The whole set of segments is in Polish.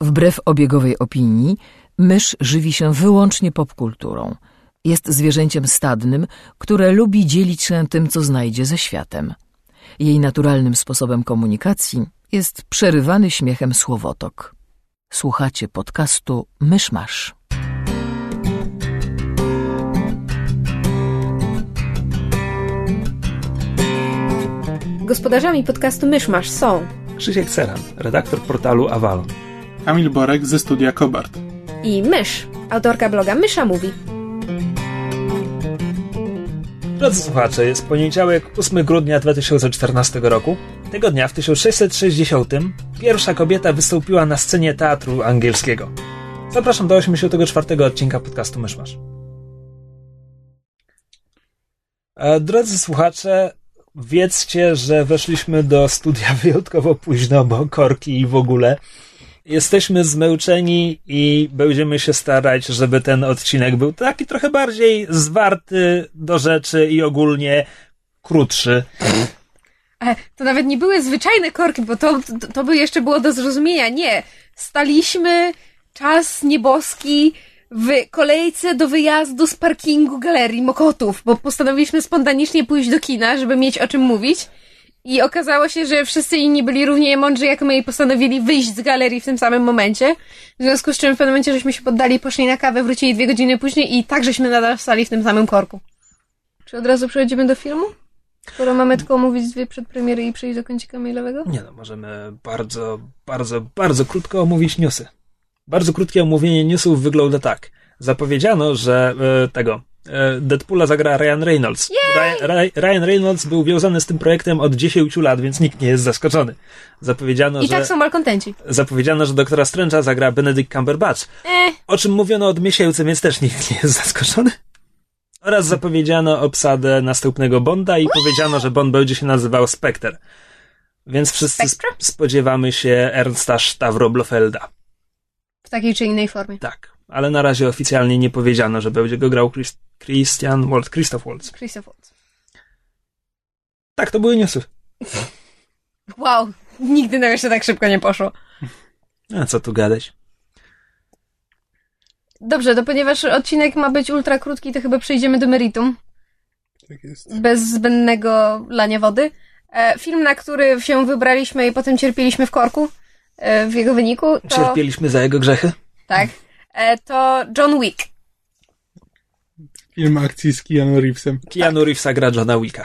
Wbrew obiegowej opinii, mysz żywi się wyłącznie popkulturą. Jest zwierzęciem stadnym, które lubi dzielić się tym, co znajdzie ze światem. Jej naturalnym sposobem komunikacji jest przerywany śmiechem słowotok. Słuchacie podcastu Myszmasz. Gospodarzami podcastu Myszmasz są Krzysiek Ceran, redaktor portalu Avalon, Kamil Borek ze studia Kobart i Mysz, autorka bloga Mysza Mówi. Drodzy słuchacze, jest poniedziałek, 8 grudnia 2014 roku. Tego dnia w 1660 pierwsza kobieta wystąpiła na scenie teatru angielskiego. Zapraszam do 84 odcinka podcastu Myszmasz. Drodzy słuchacze, wiedzcie, że weszliśmy do studia wyjątkowo późno, bo korki i w ogóle. Jesteśmy zmęczeni i będziemy się starać, żeby ten odcinek był taki trochę bardziej zwarty do rzeczy i ogólnie krótszy. To nawet nie były zwyczajne korki, bo to by jeszcze było do zrozumienia. Nie. Staliśmy czas nieboski w kolejce do wyjazdu z parkingu Galerii Mokotów, bo postanowiliśmy spontanicznie pójść do kina, żeby mieć o czym mówić. I okazało się, że wszyscy inni byli równie mądrzy jak my i postanowili wyjść z galerii w tym samym momencie. W związku z czym w pewnym momencie żeśmy się poddali, poszli na kawę, wrócili 2 godziny później i tak żeśmy nadal stali w tym samym korku. Czy od razu przechodzimy do filmu? Skoro mamy tylko omówić 2 przedpremiery i przejść do kącika mailowego? Nie no, możemy bardzo krótko omówić newsy. Bardzo krótkie omówienie newsów wygląda tak. Zapowiedziano, że Deadpoola zagra Ryan Reynolds. Ryan Reynolds był wiązany z tym projektem od 10 lat, więc nikt nie jest zaskoczony. Zapowiedziano, tak są malkontenci. Zapowiedziano, że Doktora Strange'a zagra Benedict Cumberbatch. O czym mówiono od miesięcy, więc też nikt nie jest zaskoczony. Oraz zapowiedziano obsadę następnego Bonda i powiedziano, że Bond będzie się nazywał Spectre. Więc wszyscy spodziewamy się Ernsta Stavro Blofelda. W takiej czy innej formie. Tak, ale na razie oficjalnie nie powiedziano, że będzie go grał Christoph Waltz. Tak, to były newsy. Wow, nigdy nam jeszcze tak szybko nie poszło. A co tu gadać? Dobrze, to ponieważ odcinek ma być ultra krótki, to chyba przejdziemy do meritum. Tak jest. Bez zbędnego lania wody. Film, na który się wybraliśmy i potem cierpieliśmy w korku w jego wyniku. To... Cierpieliśmy za jego grzechy? Tak. To John Wick. Film akcji z Keanu Reevesem. Keanu Reevesa gra Johna Wicka.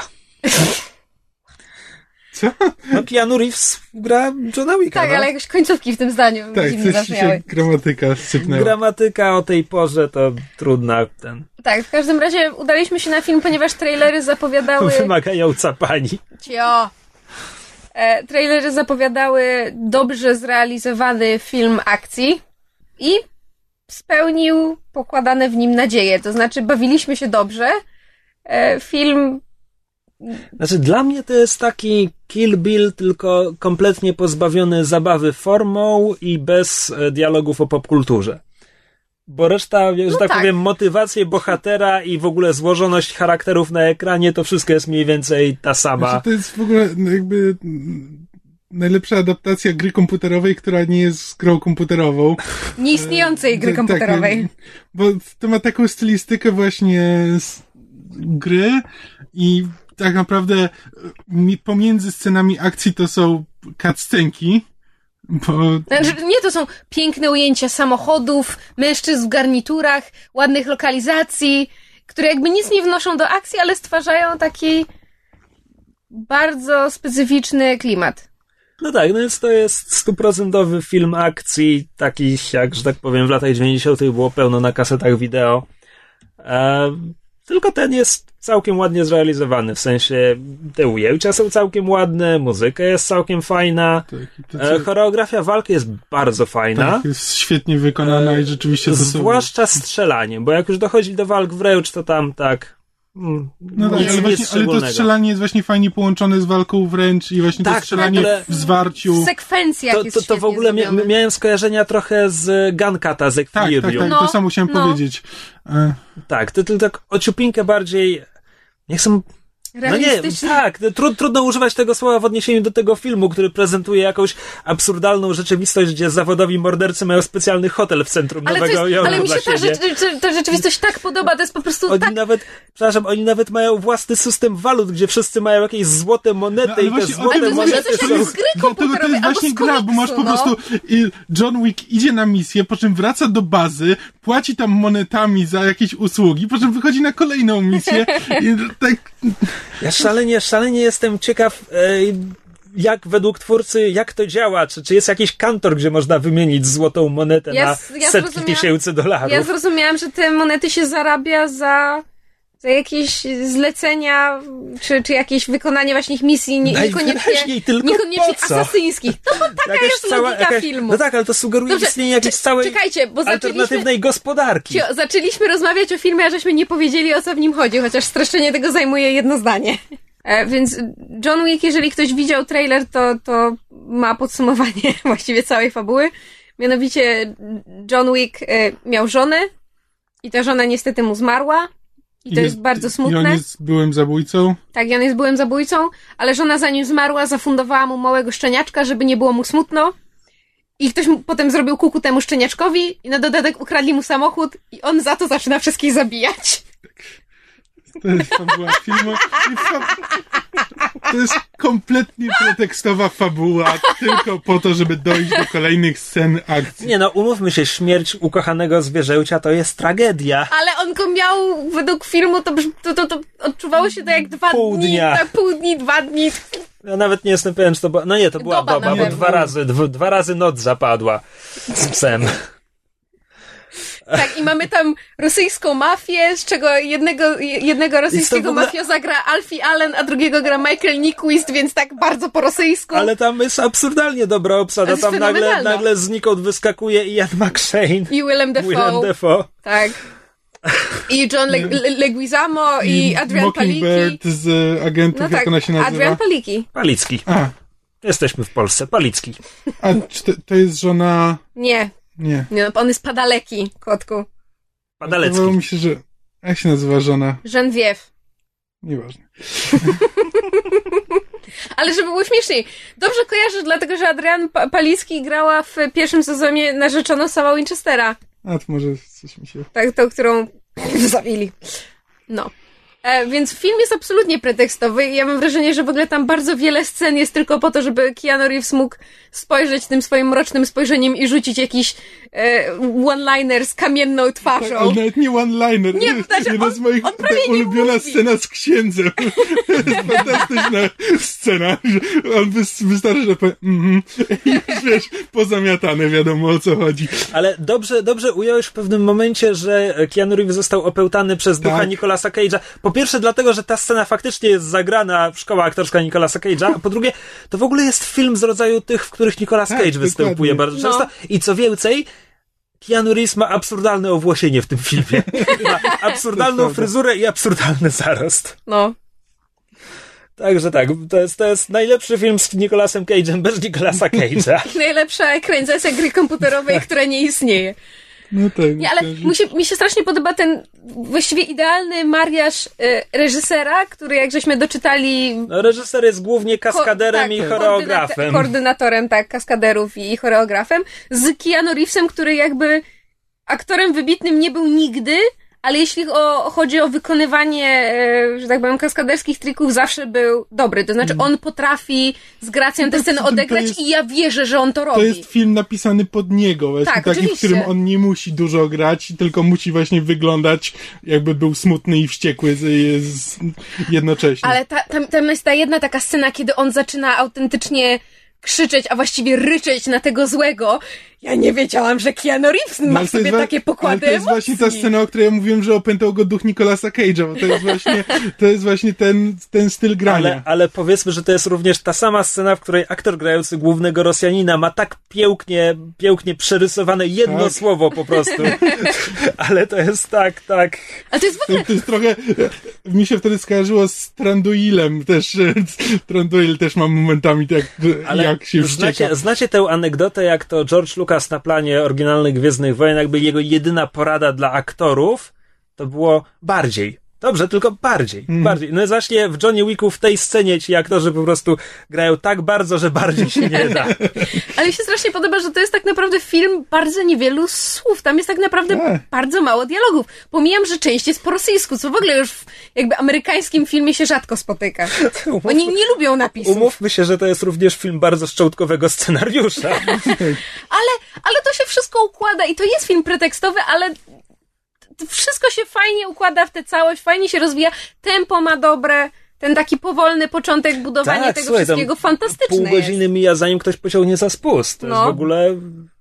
Co? No Keanu Reeves gra Johna Wicka. Tak, no? ale jakoś końcówki w tym zdaniu Tak, dziwnie zabrzmiały. gramatyka sypnęła. Gramatyka o tej porze to trudna. Tak, w każdym razie udaliśmy się na film, ponieważ trailery zapowiadały... Wymagająca pani. Cio! Trailery zapowiadały dobrze zrealizowany film akcji i spełnił pokładane w nim nadzieje. To znaczy, bawiliśmy się dobrze. Film... Znaczy, dla mnie to jest taki Kill Bill, tylko kompletnie pozbawiony zabawy formą i bez dialogów o popkulturze. Bo reszta, że tak powiem, motywacje bohatera i w ogóle złożoność charakterów na ekranie, to wszystko jest mniej więcej ta sama. Znaczy, to jest w ogóle jakby najlepsza adaptacja gry komputerowej, która nie jest grą komputerową. Nieistniejącej gry komputerowej. Tak, bo to ma taką stylistykę właśnie z gry i tak naprawdę pomiędzy scenami akcji to są cutscenki. Znaczy, nie, to są piękne ujęcia samochodów, mężczyzn w garniturach, ładnych lokalizacji, które jakby nic nie wnoszą do akcji, ale stwarzają taki bardzo specyficzny klimat. No tak, no więc to jest 100% film akcji, takich jak, że tak powiem, w latach 90. było pełno na kasetach wideo. Tylko ten jest całkiem ładnie zrealizowany, w sensie te ujęcia są całkiem ładne, muzyka jest całkiem fajna, choreografia walki jest bardzo fajna. Tak, jest świetnie wykonana i rzeczywiście to zwłaszcza strzelanie, bo jak już dochodzi do walk wręcz, to tam tak... No tak, ale to strzelanie jest właśnie fajnie połączone z walką wręcz i właśnie to strzelanie w zwarciu. W sekwencjach jest to w ogóle miałem skojarzenia trochę z Gunkata, z Equilibrium. Tak, to samo chciałem powiedzieć. Tak, to tak ociupinkę bardziej... No nie, tak, trudno używać tego słowa w odniesieniu do tego filmu, który prezentuje jakąś absurdalną rzeczywistość, gdzie zawodowi mordercy mają specjalny hotel w centrum Nowego Jorku. Ale mi się ta rzeczywistość tak podoba, to jest po prostu oni nawet mają własny system walut, gdzie wszyscy mają jakieś złote monety i te złote monety są... Dlatego to jest właśnie gra, bo masz po prostu John Wick idzie na misję, po czym wraca do bazy, płaci tam monetami za jakieś usługi, po czym wychodzi na kolejną misję i tak... Ja szalenie jestem ciekaw, jak według twórcy, jak to działa, czy jest jakiś kantor, gdzie można wymienić złotą monetę na setki tysięcy dolarów. Ja zrozumiałam, że te monety się zarabia za jakieś zlecenia, czy jakieś wykonanie właśnie ich misji, niekoniecznie asasyńskich. No bo taka jest logika filmu. No tak, ale to sugeruje istnienie jakiejś całej alternatywnej gospodarki. Zaczęliśmy rozmawiać o filmie, a żeśmy nie powiedzieli, o co w nim chodzi, chociaż streszczenie tego zajmuje jedno zdanie. Więc John Wick, jeżeli ktoś widział trailer, to ma podsumowanie właściwie całej fabuły. Mianowicie John Wick miał żonę i ta żona niestety mu zmarła. I to jest bardzo smutne. I on jest byłym zabójcą? Tak, i on jest byłym zabójcą, ale żona zanim zmarła zafundowała mu małego szczeniaczka, żeby nie było mu smutno. I ktoś mu potem zrobił kuku temu szczeniaczkowi i na dodatek ukradli mu samochód i on za to zaczyna wszystkich zabijać. To jest fabuła filmu. To jest kompletnie pretekstowa fabuła, tylko po to, żeby dojść do kolejnych scen akcji. Nie no, umówmy się, śmierć ukochanego zwierzęcia to jest tragedia. Ale on go miał, według filmu, to odczuwało się to jak 2 dni. Tak, pół dni, 2 dni. Ja nawet nie jestem pewien, czy to była... No nie, to była doba, bo dwa razy noc zapadła z psem. Tak, i mamy tam rosyjską mafię, z czego jednego rosyjskiego mafioza gra Alfie Allen, a drugiego gra Michael Nyqvist, więc tak bardzo po rosyjsku. Ale tam jest absurdalnie dobra obsada. Tam nagle znikąd wyskakuje Ian McShane. I Willem Dafoe. Tak. I John Leguizamo i Adrian Paliki. Mockingbird z agentów, no tak, jak ona się nazywa? Adrian Paliki. Palicki. Jesteśmy w Polsce. Palicki. A czy to jest żona... Nie, on jest Padaleki, kotku. Padalecki. Wydawało mi się, że... Jak się nazywa żona? Genevieve. Nieważne. Ale żeby było śmieszniej. Dobrze kojarzę, dlatego że Adrian Palicki grała w pierwszym sezonie narzeczoną Sama Winchestera. A to może coś mi się... Tak, tą, którą zabili. No. Więc film jest absolutnie pretekstowy i ja mam wrażenie, że w ogóle tam bardzo wiele scen jest tylko po to, żeby Keanu Reeves mógł spojrzeć tym swoim mrocznym spojrzeniem i rzucić jakiś one-liner z kamienną twarzą. Tak, ale nawet nie one-liner. Jedna z moich ulubiona scena z księdzem. To jest fantastyczna scena. On wystarczy, że powie i już wiesz, pozamiatane, wiadomo o co chodzi. Ale dobrze ująłeś w pewnym momencie, że Keanu Reeves został opełtany przez ducha Nicolasa Cage'a. Po pierwsze dlatego, że ta scena faktycznie jest zagrana w szkoła aktorska Nicolasa Cage'a, a po drugie, to w ogóle jest film z rodzaju tych, w których Nicolas Cage występuje bardzo często. I co więcej, Keanu Reeves ma absurdalne owłosienie w tym filmie. Ma absurdalną fryzurę i absurdalny zarost. No. Także tak, to jest najlepszy film z Nicolasem Cage'em bez Nicolasa Cage'a. Najlepsza ekranizacja gry komputerowej, która nie istnieje. No tak. Nie, ale mi się strasznie podoba ten właściwie idealny mariaż reżysera, który jak żeśmy doczytali... No, reżyser jest głównie kaskaderem i choreografem. Koordynatorem, tak, kaskaderów i choreografem. Z Keanu Reevesem, który jakby aktorem wybitnym nie był nigdy, ale jeśli chodzi o wykonywanie, że tak powiem, kaskaderskich trików, zawsze był dobry. To znaczy on potrafi z gracją tę scenę odegrać i ja wierzę, że on to robi. To jest film napisany pod niego, właśnie tak, taki, w którym on nie musi dużo grać, tylko musi właśnie wyglądać, jakby był smutny i wściekły jednocześnie. Ale tam jest ta jedna taka scena, kiedy on zaczyna autentycznie krzyczeć, a właściwie ryczeć na tego złego. Ja nie wiedziałam, że Keanu Reeves ma w sobie takie pokłady to jest właśnie ta scena, o której ja mówiłem, że opętał go duch Nicolasa Cage'a, bo to jest właśnie ten styl grania. Ale powiedzmy, że to jest również ta sama scena, w której aktor grający głównego Rosjanina ma tak pięknie przerysowane jedno słowo po prostu. Ale to jest tak. Ale to jest w ogóle... To jest trochę... Mi się wtedy skojarzyło z Tranduilem też. Tranduil też ma momentami tak, jak się wścieka. Znacie tę anegdotę, jak to George Lucas na planie oryginalnych Gwiezdnych Wojen, jakby jego jedyna porada dla aktorów to było bardziej. Dobrze, tylko bardziej. No jest właśnie w Johnny Wicku w tej scenie ci aktorzy po prostu grają tak bardzo, że bardziej się nie da. Ale mi się strasznie podoba, że to jest tak naprawdę film bardzo niewielu słów. Tam jest tak naprawdę bardzo mało dialogów. Pomijam, że część jest po rosyjsku, co w ogóle już w jakby amerykańskim filmie się rzadko spotyka. Oni nie lubią napisów. Umówmy się, że to jest również film bardzo szczątkowego scenariusza. Ale to się wszystko układa i to jest film pretekstowy, ale wszystko się fajnie układa w tę całość, fajnie się rozwija, tempo ma dobre, ten taki powolny początek budowania tego wszystkiego fantastyczne pół godziny mija, zanim ktoś pociągnie za spust. To jest w ogóle...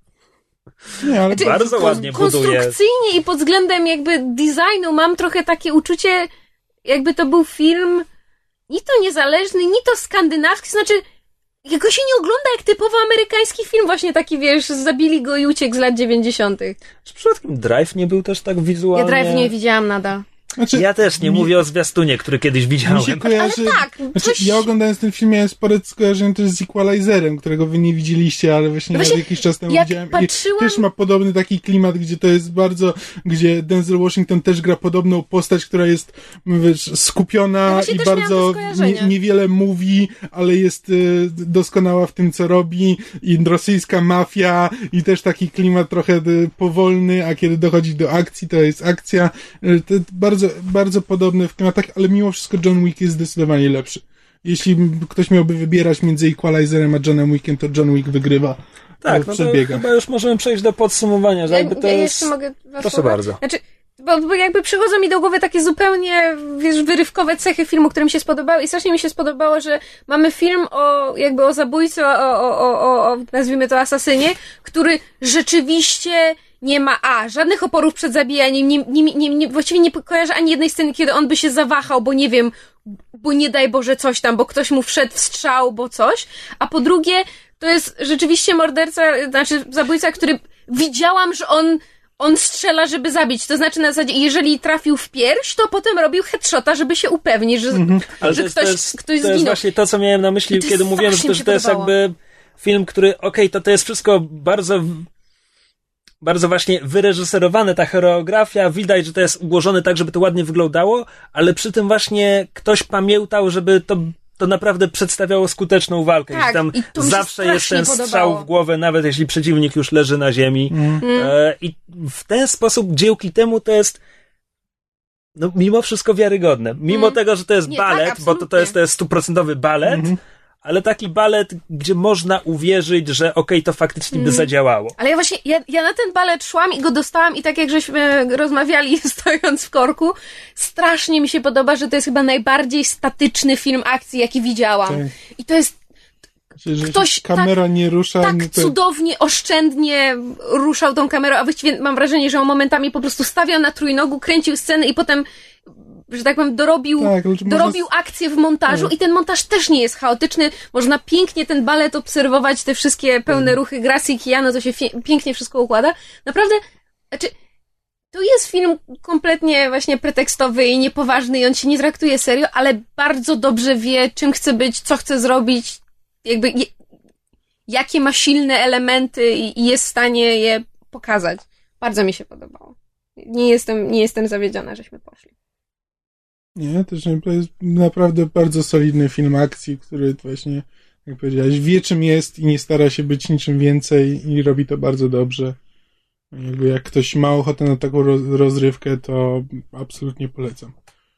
Nie, ale bardzo ładnie buduje. Konstrukcyjnie i pod względem jakby designu mam trochę takie uczucie, jakby to był film ni to niezależny, ni to skandynawski, znaczy jego się nie ogląda jak typowo amerykański film, właśnie taki, wiesz, zabili go i uciekł z lat 90. Czy przypadkiem Drive nie był też tak wizualnie? Ja Drive nie widziałam nadal. Znaczy, ja też nie mówię o zwiastunie, który kiedyś widziałem. Mi się kojarzy, ale tak, ja oglądając ten film miałem spore skojarzenie też z Equalizerem, którego wy nie widzieliście, ale właśnie jakiś czas temu widziałem. Patrzyłam... I też ma podobny taki klimat, gdzie to jest bardzo, gdzie Denzel Washington też gra podobną postać, która jest, wiesz, skupiona i bardzo niewiele mówi, ale jest doskonała w tym, co robi, i rosyjska mafia i też taki klimat trochę powolny, a kiedy dochodzi do akcji, to jest akcja. To bardzo podobne w klimatach, ale mimo wszystko John Wick jest zdecydowanie lepszy. Jeśli ktoś miałby wybierać między Equalizerem a Johnem Wickiem, to John Wick wygrywa. Tak, no to chyba już możemy przejść do podsumowania. Że jakby to jest... jeszcze mogę Proszę bardzo. Znaczy, bo jakby przychodzą mi do głowy takie zupełnie, wiesz, wyrywkowe cechy filmu, które mi się spodobały i strasznie mi się spodobało, że mamy film o zabójcy, o nazwijmy to asasynie, który rzeczywiście nie ma żadnych oporów przed zabijaniem, właściwie nie kojarzę ani jednej sceny, kiedy on by się zawahał, bo nie wiem, bo nie daj Boże coś tam, bo ktoś mu wszedł w strzał, bo coś, a po drugie, to jest rzeczywiście morderca, znaczy zabójca, który widziałam, że on strzela, żeby zabić. To znaczy na zasadzie, jeżeli trafił w pierś, to potem robił headshota, żeby się upewnić, że ktoś zginął. To jest właśnie to, co miałem na myśli, kiedy mówiłem, że to jest jakby film, który, to jest wszystko bardzo właśnie wyreżyserowane, ta choreografia, widać, że to jest ułożone tak, żeby to ładnie wyglądało, ale przy tym właśnie ktoś pamiętał, żeby to naprawdę przedstawiało skuteczną walkę. Tak, tam zawsze jest ten strzał w głowę, nawet jeśli przeciwnik już leży na ziemi. I w ten sposób dzięki temu to jest mimo wszystko wiarygodne. Mimo tego, że to jest balet, tak, bo to jest 100% balet, ale taki balet, gdzie można uwierzyć, że to faktycznie by zadziałało. Ale ja właśnie, ja na ten balet szłam i go dostałam i tak jak żeśmy rozmawiali stojąc w korku, strasznie mi się podoba, że to jest chyba najbardziej statyczny film akcji, jaki widziałam. Tak. I to jest ktoś kamera nie rusza. Tak cudownie, oszczędnie ruszał tą kamerą, a właściwie mam wrażenie, że on momentami po prostu stawiał na trójnogu, kręcił scenę i potem, że tak powiem, dorobił akcję w montażu i ten montaż też nie jest chaotyczny. Można pięknie ten balet obserwować, te wszystkie pełne ruchy Gracie Kijano, to się pięknie wszystko układa. Naprawdę, to jest film kompletnie właśnie pretekstowy i niepoważny i on się nie traktuje serio, ale bardzo dobrze wie, czym chce być, co chce zrobić, jakby jakie ma silne elementy i jest w stanie je pokazać. Bardzo mi się podobało. Nie jestem zawiedziona, żeśmy poszli. Nie, też to jest naprawdę bardzo solidny film akcji, który właśnie, jak powiedziałeś, wie czym jest i nie stara się być niczym więcej i robi to bardzo dobrze. Jakby jak ktoś ma ochotę na taką rozrywkę, to absolutnie polecam.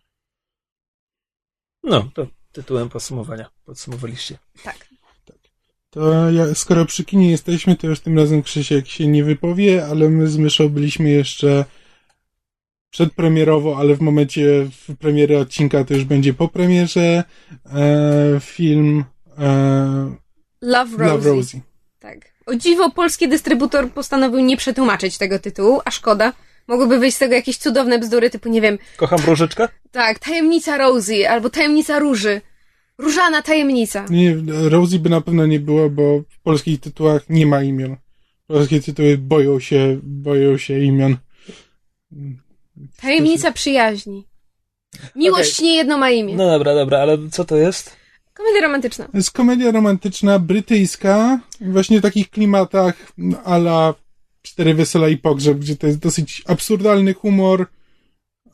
No, to tytułem podsumowania. Podsumowaliście. Tak. To skoro przy kinie jesteśmy, to już tym razem Krzysiek się nie wypowie, ale my z Myszą byliśmy jeszcze przedpremierowo, ale w momencie premiery odcinka to już będzie po premierze film Love Rosie. Tak. O dziwo polski dystrybutor postanowił nie przetłumaczyć tego tytułu, a szkoda. Mogłyby wyjść z tego jakieś cudowne bzdury, typu, nie wiem... Kocham różyczkę? Tak, Tajemnica Rosie, albo Tajemnica Róży. Różana tajemnica. Nie, Rosie by na pewno nie było, bo w polskich tytułach nie ma imion. Polskie tytuły boją się imion. Tajemnica przyjaźni. Miłość nie jedno ma imię. No dobra, ale co to jest? Komedia romantyczna. To jest komedia romantyczna, brytyjska, właśnie w takich klimatach a la Cztery Wesela i Pogrzeb, gdzie to jest dosyć absurdalny humor,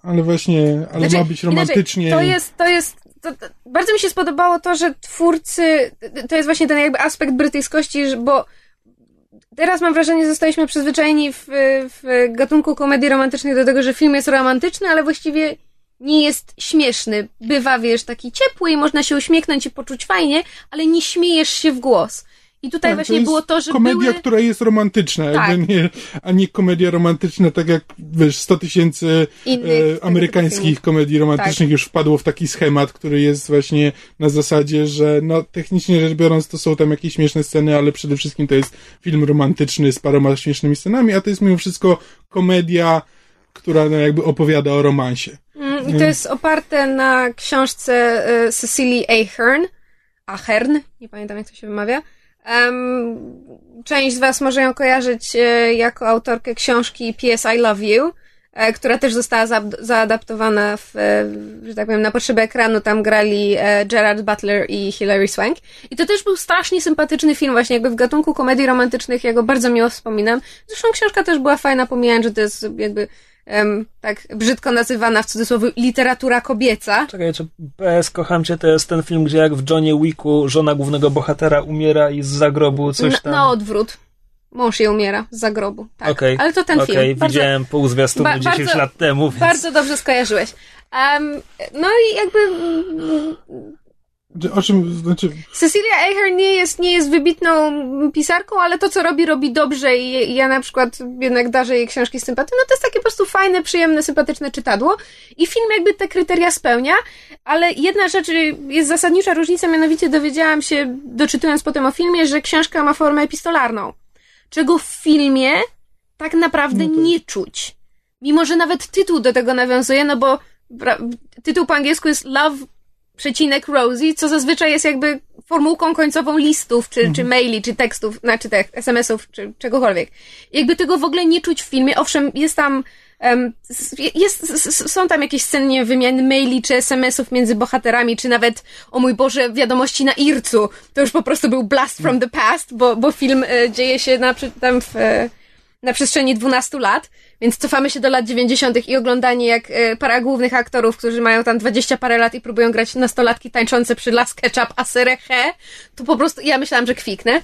ale ma być romantycznie. Bardzo mi się spodobało to, że twórcy, to jest właśnie ten jakby aspekt brytyjskości, bo teraz mam wrażenie, że zostaliśmy przyzwyczajeni w gatunku komedii romantycznej do tego, że film jest romantyczny, ale właściwie nie jest śmieszny. Bywa, taki ciepły i można się uśmiechnąć i poczuć fajnie, ale nie śmiejesz się w głos. I tutaj właśnie było to, że komedia, która jest romantyczna, a nie komedia romantyczna, tak jak 100 000 amerykańskich komedii romantycznych już wpadło w taki schemat, który jest właśnie na zasadzie, że technicznie rzecz biorąc to są tam jakieś śmieszne sceny, ale przede wszystkim to jest film romantyczny z paroma śmiesznymi scenami, a to jest mimo wszystko komedia, która jakby opowiada o romansie. I to jest oparte na książce Cecily Ahern, nie pamiętam jak to się wymawia. Część z was może ją kojarzyć jako autorkę książki P.S. I Love You, która też została zaadaptowana że tak powiem, na potrzeby ekranu. Tam grali Gerard Butler i Hilary Swank. I to też był strasznie sympatyczny film, właśnie jakby w gatunku komedii romantycznych. Ja go bardzo miło wspominam. Zresztą książka też była fajna, pomijając, że to jest jakby tak brzydko nazywana w cudzysłowie literatura kobieca. Czekaj, czy PS Kocham Cię to jest ten film, gdzie jak w Johnie Wicku żona głównego bohatera umiera i z zagrobu coś tam... Na odwrót. Mąż jej umiera z zagrobu. Tak. Okay. Ale to ten film. Widziałem pół zwiastunu 10 lat temu. Więc... Bardzo dobrze skojarzyłeś. No i jakby... O czym, Cecilia Ahern nie jest wybitną pisarką, ale to, co robi dobrze i ja na przykład jednak darzę jej książki z sympatią. To jest takie po prostu fajne, przyjemne, sympatyczne czytadło i film jakby te kryteria spełnia, ale jedna rzecz jest zasadnicza różnica, mianowicie dowiedziałam się, doczytując potem o filmie, że książka ma formę epistolarną, czego w filmie tak naprawdę nie czuć. Mimo, że nawet tytuł do tego nawiązuje, bo tytuł po angielsku jest Love Rosie, co zazwyczaj jest jakby formułką końcową listów, czy maili, czy tekstów, znaczy SMS-ów, czy czegokolwiek. Jakby tego w ogóle nie czuć w filmie. Owszem, jest tam są tam jakieś sceny wymiany maili, czy SMS-ów między bohaterami, czy nawet, o mój Boże, wiadomości na Ircu. To już po prostu był blast from the past, bo film dzieje się na przestrzeni 12 lat, więc cofamy się do lat 90. i oglądanie jak para głównych aktorów, którzy mają tam 20 parę lat i próbują grać nastolatki tańczące przy Las Ketchup a Sereche, to po prostu ja myślałam, że kwiknę.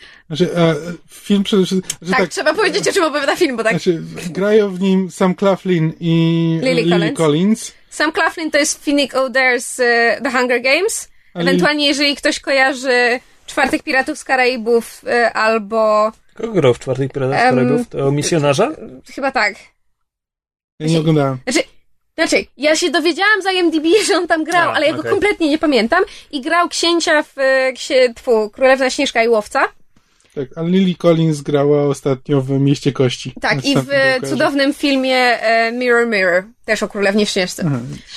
Film przede wszystkim... Tak, trzeba powiedzieć, o czym opowiada film, bo tak... Grają w nim Sam Claflin i Lily Collins. Sam Claflin to jest Finnick Odair z The Hunger Games. Ewentualnie, jeżeli ktoś kojarzy Czwartych Piratów z Karaibów albo... Kogo grał w Czwartych Piratach z Karaibów? To misjonarza? Chyba tak. Ja nie oglądałem. Znaczy, ja się dowiedziałam za IMDb, że on tam grał, ale ja go kompletnie nie pamiętam. I grał księcia w Królewna Śnieżka i Łowca. Tak, a Lily Collins grała ostatnio w Mieście Kości. Tak, i w cudownym filmie Mirror Mirror, też o Królewnie Śnieżce.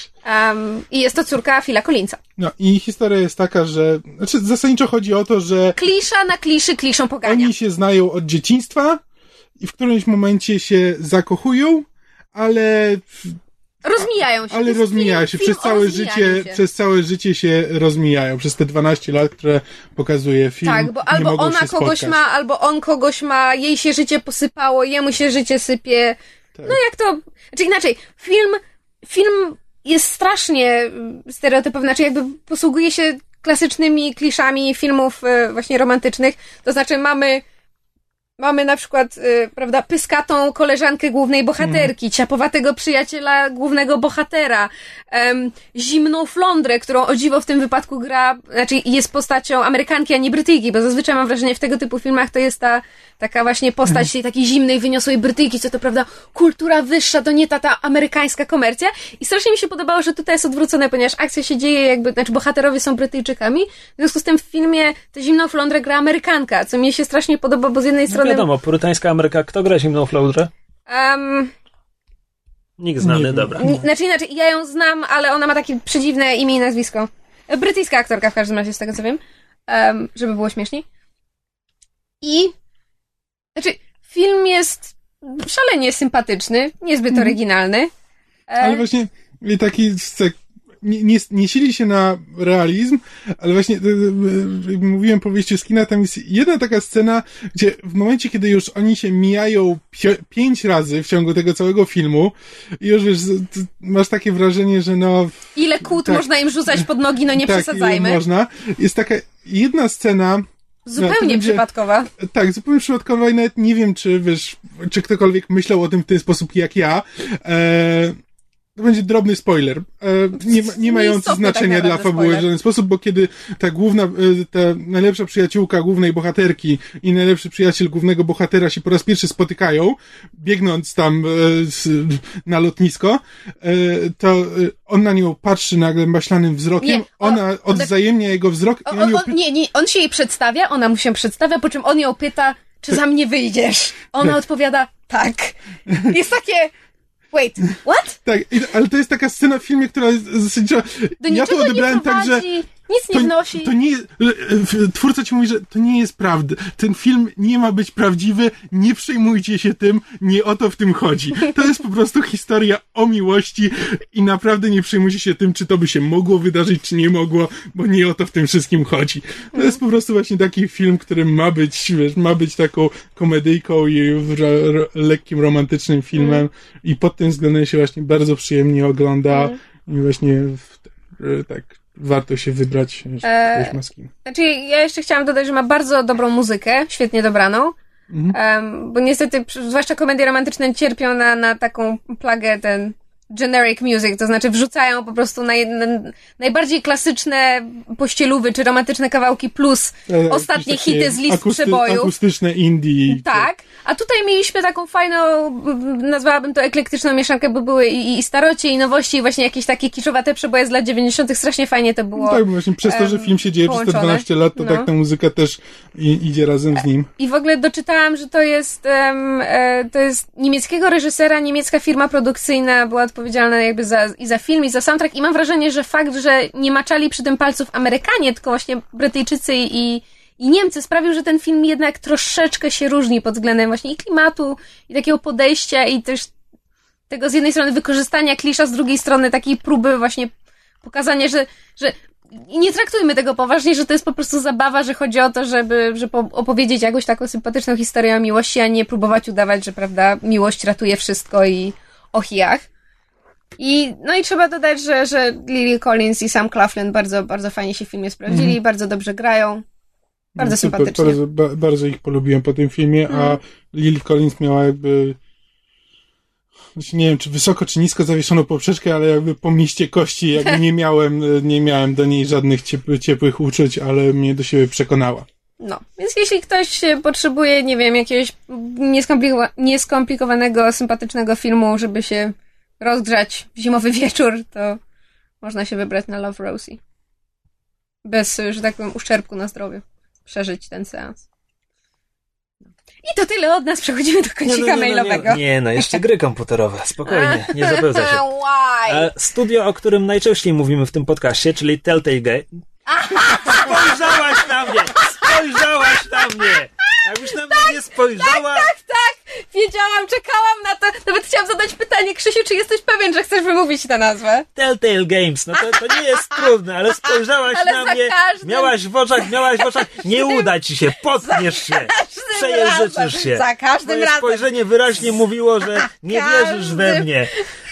I jest to córka Phila Collinsa. No i historia jest taka, że... zasadniczo chodzi o to, że... Klisza na kliszy kliszą pogania. Oni się znają od dzieciństwa i w którymś momencie się zakochują, ale... Rozmijają się. Ale rozmijają się. Przez całe życie się rozmijają. Przez te 12 lat, które pokazuje film. Tak, bo albo ona kogoś ma, albo on kogoś ma, jej się życie posypało, jemu się życie sypie. Tak. No jak to... Znaczy inaczej, film jest strasznie stereotypowy, znaczy jakby posługuje się klasycznymi kliszami filmów właśnie romantycznych. To znaczy mamy na przykład, prawda, pyskatą koleżankę głównej bohaterki, ciapowatego przyjaciela głównego bohatera, zimną flądrę, którą o dziwo w tym wypadku gra, znaczy jest postacią Amerykanki, a nie Brytyjki, bo zazwyczaj mam wrażenie w tego typu filmach to jest taka właśnie postać tej takiej zimnej, wyniosłej Brytyjki, co to prawda kultura wyższa, to nie ta amerykańska komercja. I strasznie mi się podobało, że tutaj jest odwrócone, ponieważ akcja się dzieje znaczy bohaterowie są Brytyjczykami, w związku z tym w filmie tę zimną flądrę gra Amerykanka, co mi się strasznie podoba, bo z jednej strony... Wiadomo, purytańska Ameryka, kto gra zimną flądrę? Nikt znany, dobra. Znaczy inaczej, ja ją znam, ale ona ma takie przedziwne imię i nazwisko. Brytyjska aktorka w każdym razie, z tego co wiem, żeby było śmieszniej. Znaczy, film jest szalenie sympatyczny, niezbyt oryginalny. Ale właśnie taki nie sili się na realizm, ale właśnie mówiłem po wyjściu z kina, tam jest jedna taka scena, gdzie w momencie, kiedy już oni się mijają 5 razy w ciągu tego całego filmu i już wiesz, masz takie wrażenie, że no... Ile kłód można im rzucać pod nogi, no nie przesadzajmy. Ile można. Jest taka jedna scena... Zupełnie przypadkowa. Tak, zupełnie przypadkowa i nawet nie wiem, czy ktokolwiek myślał o tym w ten sposób jak ja. To będzie drobny spoiler, nie mający znaczenia dla fabuły w żaden sposób, bo kiedy ta najlepsza przyjaciółka głównej bohaterki i najlepszy przyjaciel głównego bohatera się po raz pierwszy spotykają, biegnąc tam na lotnisko, to on na nią patrzy nagle maślanym wzrokiem, ona odwzajemnia jego wzrok i on się jej przedstawia, ona mu się przedstawia, po czym on ją pyta, czy za mnie wyjdziesz? Ona odpowiada, tak. Jest takie... Wait, what? Tak, ale to jest taka scena w filmie, która jest zasadniczo... Ja to odebrałem tak, że... Nic nie wnosi. To nie jest, twórca ci mówi, że to nie jest prawda. Ten film nie ma być prawdziwy, nie przejmujcie się tym, nie o to w tym chodzi. To jest po prostu historia o miłości i naprawdę nie przejmujcie się tym, czy to by się mogło wydarzyć, czy nie mogło, bo nie o to w tym wszystkim chodzi. To jest po prostu właśnie taki film, który ma być taką komedyjką i lekkim, romantycznym filmem i pod tym względem się właśnie bardzo przyjemnie ogląda i właśnie tak warto się wybrać, wiesz, maski. Znaczy, ja jeszcze chciałam dodać, że ma bardzo dobrą muzykę, świetnie dobraną, bo niestety, zwłaszcza komedie romantyczne cierpią na taką plagę, ten generic music, to znaczy wrzucają po prostu najbardziej klasyczne pościelówy, czy romantyczne kawałki plus ostatnie hity z list przebojów. Akustyczne indie. Tak, a tutaj mieliśmy taką fajną, nazwałabym to eklektyczną mieszankę, bo były i starocie, i nowości, i właśnie jakieś takie kiczowate przeboje z lat 90. Strasznie fajnie to było. No tak, bo właśnie przez to, że film się dzieje przez te 12 lat, to tak ta muzyka też idzie razem z nim. I w ogóle doczytałam, że to jest niemieckiego reżysera, niemiecka firma produkcyjna była odpowiedzialna jakby za film, i za soundtrack, i mam wrażenie, że fakt, że nie maczali przy tym palców Amerykanie, tylko właśnie Brytyjczycy i Niemcy, sprawił, że ten film jednak troszeczkę się różni pod względem właśnie i klimatu, i takiego podejścia, i też tego z jednej strony wykorzystania klisza, z drugiej strony takiej próby właśnie pokazania, że i nie traktujmy tego poważnie, że to jest po prostu zabawa, że chodzi o to, żeby opowiedzieć jakąś taką sympatyczną historię o miłości, a nie próbować udawać, że prawda, miłość ratuje wszystko i o chijach. I trzeba dodać, że Lily Collins i Sam Claflin bardzo, bardzo fajnie się w filmie sprawdzili, bardzo dobrze grają, bardzo sympatycznie. Bardzo ich polubiłem po tym filmie, a Lily Collins miała jakby, nie wiem, czy wysoko, czy nisko zawieszoną poprzeczkę, ale jakby po mieście kości, jakby nie miałem do niej żadnych ciepłych uczuć, ale mnie do siebie przekonała. No, więc jeśli ktoś potrzebuje, nie wiem, jakiegoś nieskomplikowanego, sympatycznego filmu, żeby się rozgrzać w zimowy wieczór, to można się wybrać na Love, Rosie. Bez, że tak powiem, uszczerbku na zdrowiu. Przeżyć ten seans. I to tyle od nas. Przechodzimy do kącika mailowego. Nie, jeszcze gry komputerowe. Spokojnie, nie zapełza się. Studio, o którym najczęściej mówimy w tym podcaście, czyli Telltale Games. Spojrzałaś na mnie! Jakbyś na mnie nie spojrzała... Tak! Wiedziałam, czekałam na to. Nawet chciałam zadać pytanie, Krzysiu, czy jesteś pewien, że chcesz wymówić tę nazwę? Telltale Games, no to nie jest trudne, ale spojrzałaś na mnie, miałaś w oczach, nie uda ci się, potniesz się, przejęzyczysz się. Za każdym razem. Spojrzenie wyraźnie mówiło, że nie wierzysz we mnie.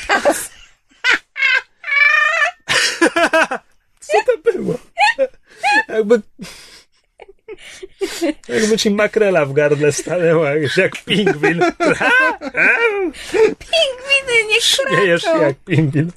Co to było? Jakby ci makrela w gardle stanęła, jak pingwin. Pingwiny nie kraczą. Śmiejesz się jak pingwin.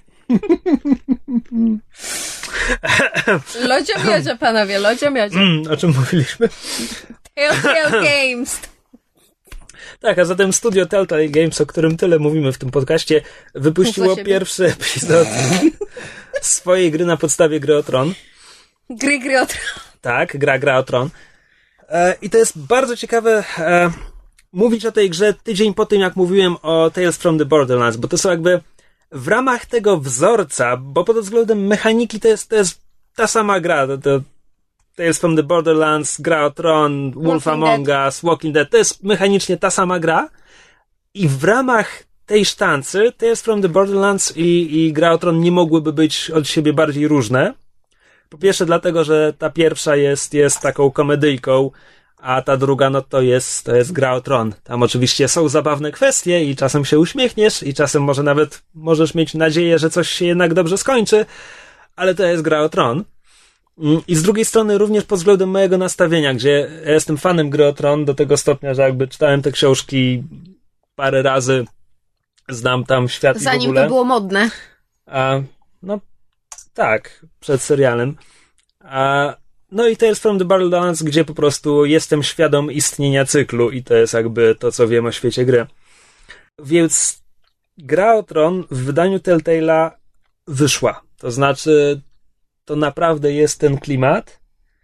Lodzio-miodzio, panowie, lodzio-miodzio. O czym mówiliśmy? Telltale Games. Tak, a zatem studio Telltale Games, o którym tyle mówimy w tym podcaście, wypuściło pierwszy epizod swojej gry na podstawie Gry o Tron. Gry o Tron. Tak, gra o Tron. I to jest bardzo ciekawe mówić o tej grze tydzień po tym, jak mówiłem o Tales from the Borderlands, bo to są jakby w ramach tego wzorca, bo pod względem mechaniki to jest ta sama gra. To Tales from the Borderlands, Gra o Tron, Wolf Among Us, Walking Dead, to jest mechanicznie ta sama gra i w ramach tej sztancy Tales from the Borderlands i Gra o Tron nie mogłyby być od siebie bardziej różne. Po pierwsze dlatego, że ta pierwsza jest taką komedyjką, a ta druga to jest Gra o Tron. Tam oczywiście są zabawne kwestie i czasem się uśmiechniesz i czasem może nawet możesz mieć nadzieję, że coś się jednak dobrze skończy, ale to jest Gra o Tron. I z drugiej strony również pod względem mojego nastawienia, gdzie ja jestem fanem Gry o Tron do tego stopnia, że jakby czytałem te książki parę razy, znam tam świat zanim i w ogóle. to było modne. No tak, przed serialem. No i Tales from the Borderlands, gdzie po prostu jestem świadom istnienia cyklu i to jest jakby to, co wiem o świecie gry. Więc Gra o Tron w wydaniu Telltale'a wyszła. To znaczy, to naprawdę jest ten klimat.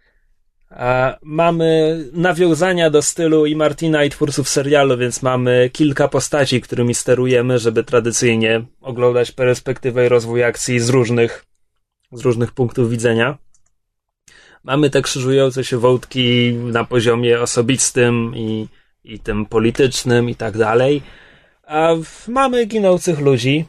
Mamy nawiązania do stylu i Martina, i twórców serialu, więc mamy kilka postaci, którymi sterujemy, żeby tradycyjnie oglądać perspektywę i rozwój akcji z różnych punktów widzenia. Mamy te krzyżujące się wątki na poziomie osobistym i tym politycznym i tak dalej. A mamy ginących ludzi.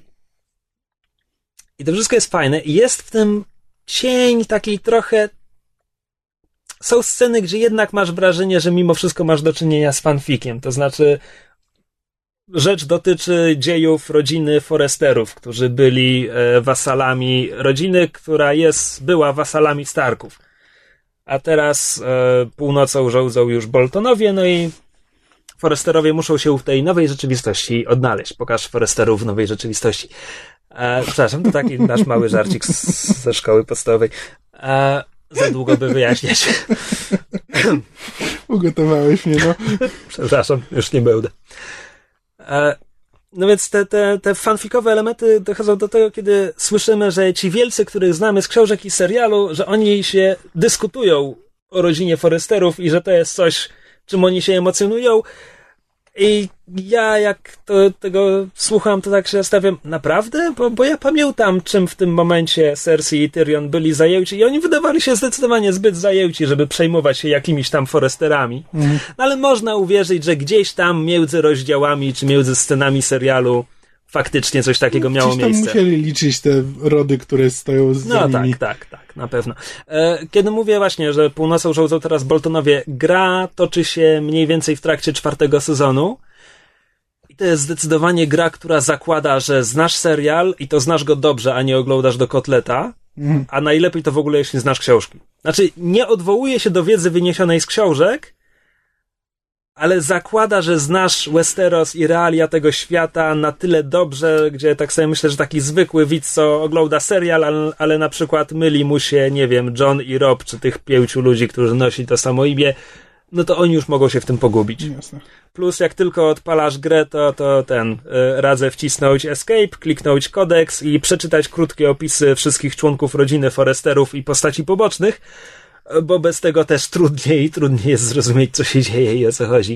I to wszystko jest fajne. I jest w tym cień takiej trochę... Są sceny, gdzie jednak masz wrażenie, że mimo wszystko masz do czynienia z fanfikiem. To znaczy, rzecz dotyczy dziejów rodziny Forresterów, którzy byli wasalami rodziny, która była wasalami Starków. A teraz północą rządzą już Boltonowie, no i Forresterowie muszą się w tej nowej rzeczywistości odnaleźć. Pokaż Forresterów w nowej rzeczywistości. Przepraszam, to taki nasz mały żarcik ze szkoły podstawowej. Za długo by wyjaśniać. Ugotowałeś mnie, no. Przepraszam, już nie będę. No więc te fanfikowe elementy dochodzą do tego, kiedy słyszymy, że ci wielcy, których znamy z książek i serialu, że oni się dyskutują o rodzinie Forresterów i że to jest coś, czym oni się emocjonują. I ja jak tego słucham, to tak się nastawiam, naprawdę? Bo ja pamiętam, czym w tym momencie Cersei i Tyrion byli zajęci i oni wydawali się zdecydowanie zbyt zajęci, żeby przejmować się jakimiś tam Forresterami. No ale można uwierzyć, że gdzieś tam między rozdziałami czy między scenami serialu faktycznie coś takiego miało miejsce. Gdzieś tam musieli liczyć te rody, które stoją za nimi. Tak, na pewno. Kiedy mówię właśnie, że północą rządzą teraz Boltonowie, gra toczy się mniej więcej w trakcie 4. sezonu i to jest zdecydowanie gra, która zakłada, że znasz serial i to znasz go dobrze, a nie oglądasz do kotleta, a najlepiej to w ogóle, jeśli znasz książki. Znaczy, nie odwołuje się do wiedzy wyniesionej z książek, ale zakłada, że znasz Westeros i realia tego świata na tyle dobrze, gdzie tak sobie myślę, że taki zwykły widz, co ogląda serial, ale na przykład myli mu się, nie wiem, John i Rob, czy tych 5 ludzi, którzy nosi to samo imię, no to oni już mogą się w tym pogubić. Jasne. Plus jak tylko odpalasz grę, to radzę wcisnąć escape, kliknąć kodeks i przeczytać krótkie opisy wszystkich członków rodziny Forresterów i postaci pobocznych, bo bez tego też trudniej jest zrozumieć, co się dzieje i o co chodzi.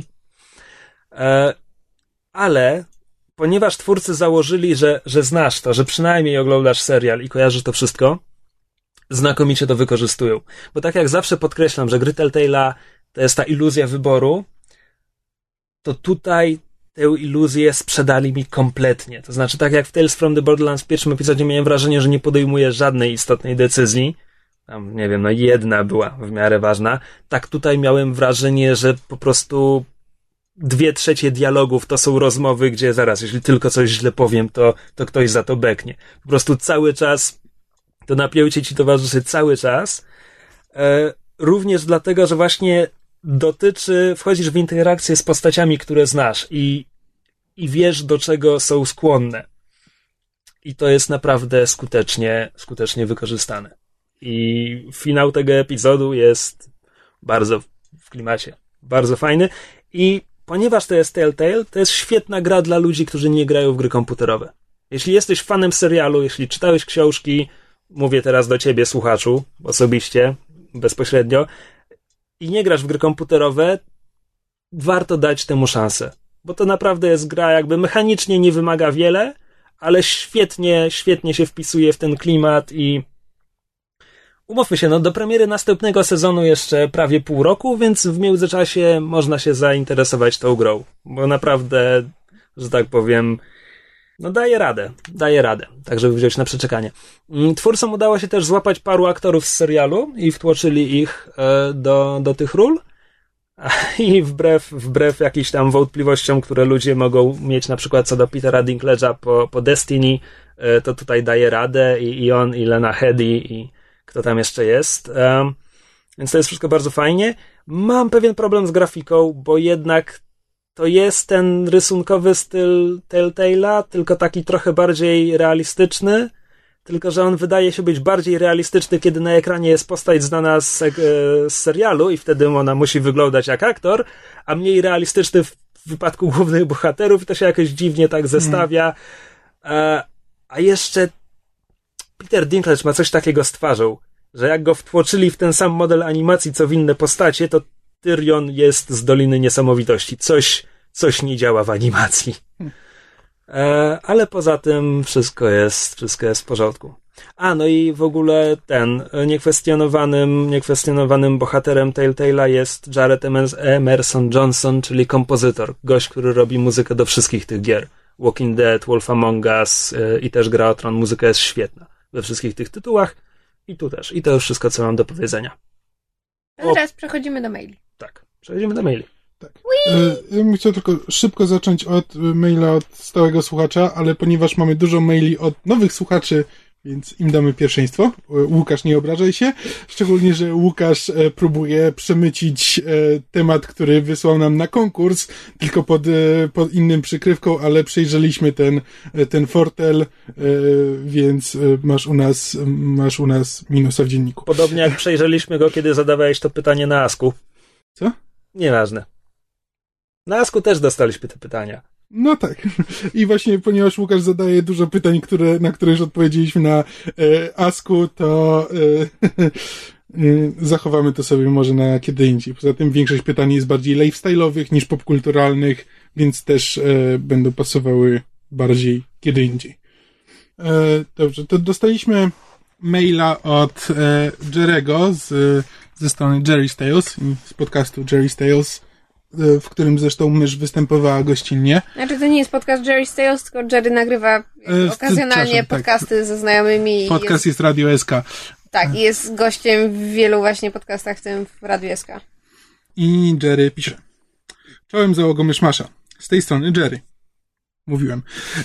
Ale ponieważ twórcy założyli, że znasz to, że przynajmniej oglądasz serial i kojarzysz to wszystko, znakomicie to wykorzystują. Bo tak jak zawsze podkreślam, że gry Telltale'a to jest ta iluzja wyboru, to tutaj tę iluzję sprzedali mi kompletnie. To znaczy, tak jak w Tales from the Borderlands w pierwszym epizodzie miałem wrażenie, że nie podejmuję żadnej istotnej decyzji, tam, nie wiem, jedna była w miarę ważna, tak tutaj miałem wrażenie, że po prostu 2/3 dialogów to są rozmowy, gdzie zaraz, jeśli tylko coś źle powiem, to ktoś za to beknie. Po prostu cały czas to napięcie ci towarzyszy cały czas. Również dlatego, że właśnie wchodzisz w interakcję z postaciami, które znasz i wiesz, do czego są skłonne. I to jest naprawdę skutecznie wykorzystane. I finał tego epizodu jest bardzo w klimacie, bardzo fajny. I ponieważ to jest Telltale, to jest świetna gra dla ludzi, którzy nie grają w gry komputerowe. Jeśli jesteś fanem serialu, jeśli czytałeś książki, mówię teraz do ciebie, słuchaczu, osobiście, bezpośrednio, i nie grasz w gry komputerowe, warto dać temu szansę. Bo to naprawdę jest gra, jakby mechanicznie nie wymaga wiele, ale świetnie się wpisuje w ten klimat i umówmy się, do premiery następnego sezonu jeszcze prawie pół roku, więc w międzyczasie można się zainteresować tą grą. Bo naprawdę, że tak powiem, No daje radę, tak żeby wziąć na przeczekanie. Twórcom udało się też złapać paru aktorów z serialu i wtłoczyli ich do tych ról. I wbrew jakimś tam wątpliwościom, które ludzie mogą mieć na przykład co do Petera Dinklage'a po Destiny, to tutaj daje radę i on, i Lena Headey, i kto tam jeszcze jest. Więc to jest wszystko bardzo fajnie. Mam pewien problem z grafiką, bo jednak to jest ten rysunkowy styl Telltale'a, tylko taki trochę bardziej realistyczny, tylko że on wydaje się być bardziej realistyczny, kiedy na ekranie jest postać znana z serialu i wtedy ona musi wyglądać jak aktor, a mniej realistyczny w wypadku głównych bohaterów i to się jakoś dziwnie tak zestawia. A jeszcze Peter Dinklage ma coś takiego z twarzą, że jak go wtłoczyli w ten sam model animacji, co w inne postacie, to Tyrion jest z Doliny Niesamowitości. Coś nie działa w animacji. Ale poza tym wszystko jest w porządku. No i w ogóle niekwestionowanym bohaterem Telltale'a jest Jared Emerson Johnson, czyli kompozytor. Gość, który robi muzykę do wszystkich tych gier. Walking Dead, Wolf Among Us i też Gra o Tron. Muzyka jest świetna we wszystkich tych tytułach. I tu też. I to już wszystko, co mam do powiedzenia. A teraz przechodzimy do maili. Tak, przechodzimy do maili. Tak. Ja bym chciał tylko szybko zacząć od maila od stałego słuchacza, ale ponieważ mamy dużo maili od nowych słuchaczy, więc im damy pierwszeństwo. Łukasz, nie obrażaj się. Szczególnie, że Łukasz próbuje przemycić temat, który wysłał nam na konkurs, tylko pod innym przykrywką, ale przejrzeliśmy ten fortel, więc masz u nas minusa w dzienniku. Podobnie jak przejrzeliśmy go, kiedy zadawałeś to pytanie na Asku. Co? Nieważne. Na Asku też dostaliśmy te pytania. No tak. I właśnie ponieważ Łukasz zadaje dużo pytań, na które już odpowiedzieliśmy na Asku, to zachowamy to sobie może na kiedy indziej. Poza tym większość pytań jest bardziej lifestyle'owych niż popkulturalnych, więc też będą pasowały bardziej kiedy indziej. Dobrze, to dostaliśmy maila od Jerego ze strony Jerry's Tales, z podcastu Jerry's Tales, w którym zresztą mysz występowała gościnnie. Znaczy to nie jest podcast Jerry's Tales, tylko Jerry nagrywa okazjonalnie podcasty ze znajomymi. Podcast jest Radio SK. Tak, i jest gościem w wielu właśnie podcastach, w tym w Radio SK. I Jerry pisze: czołem załogo Myszmasza. Z tej strony Jerry. Mówiłem.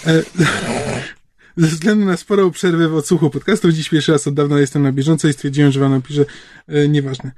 Ze względu na sporą przerwę w odsłuchu podcastów, dziś pierwszy raz od dawna jestem na bieżąco i stwierdziłem, że wam napiszę. Nieważne.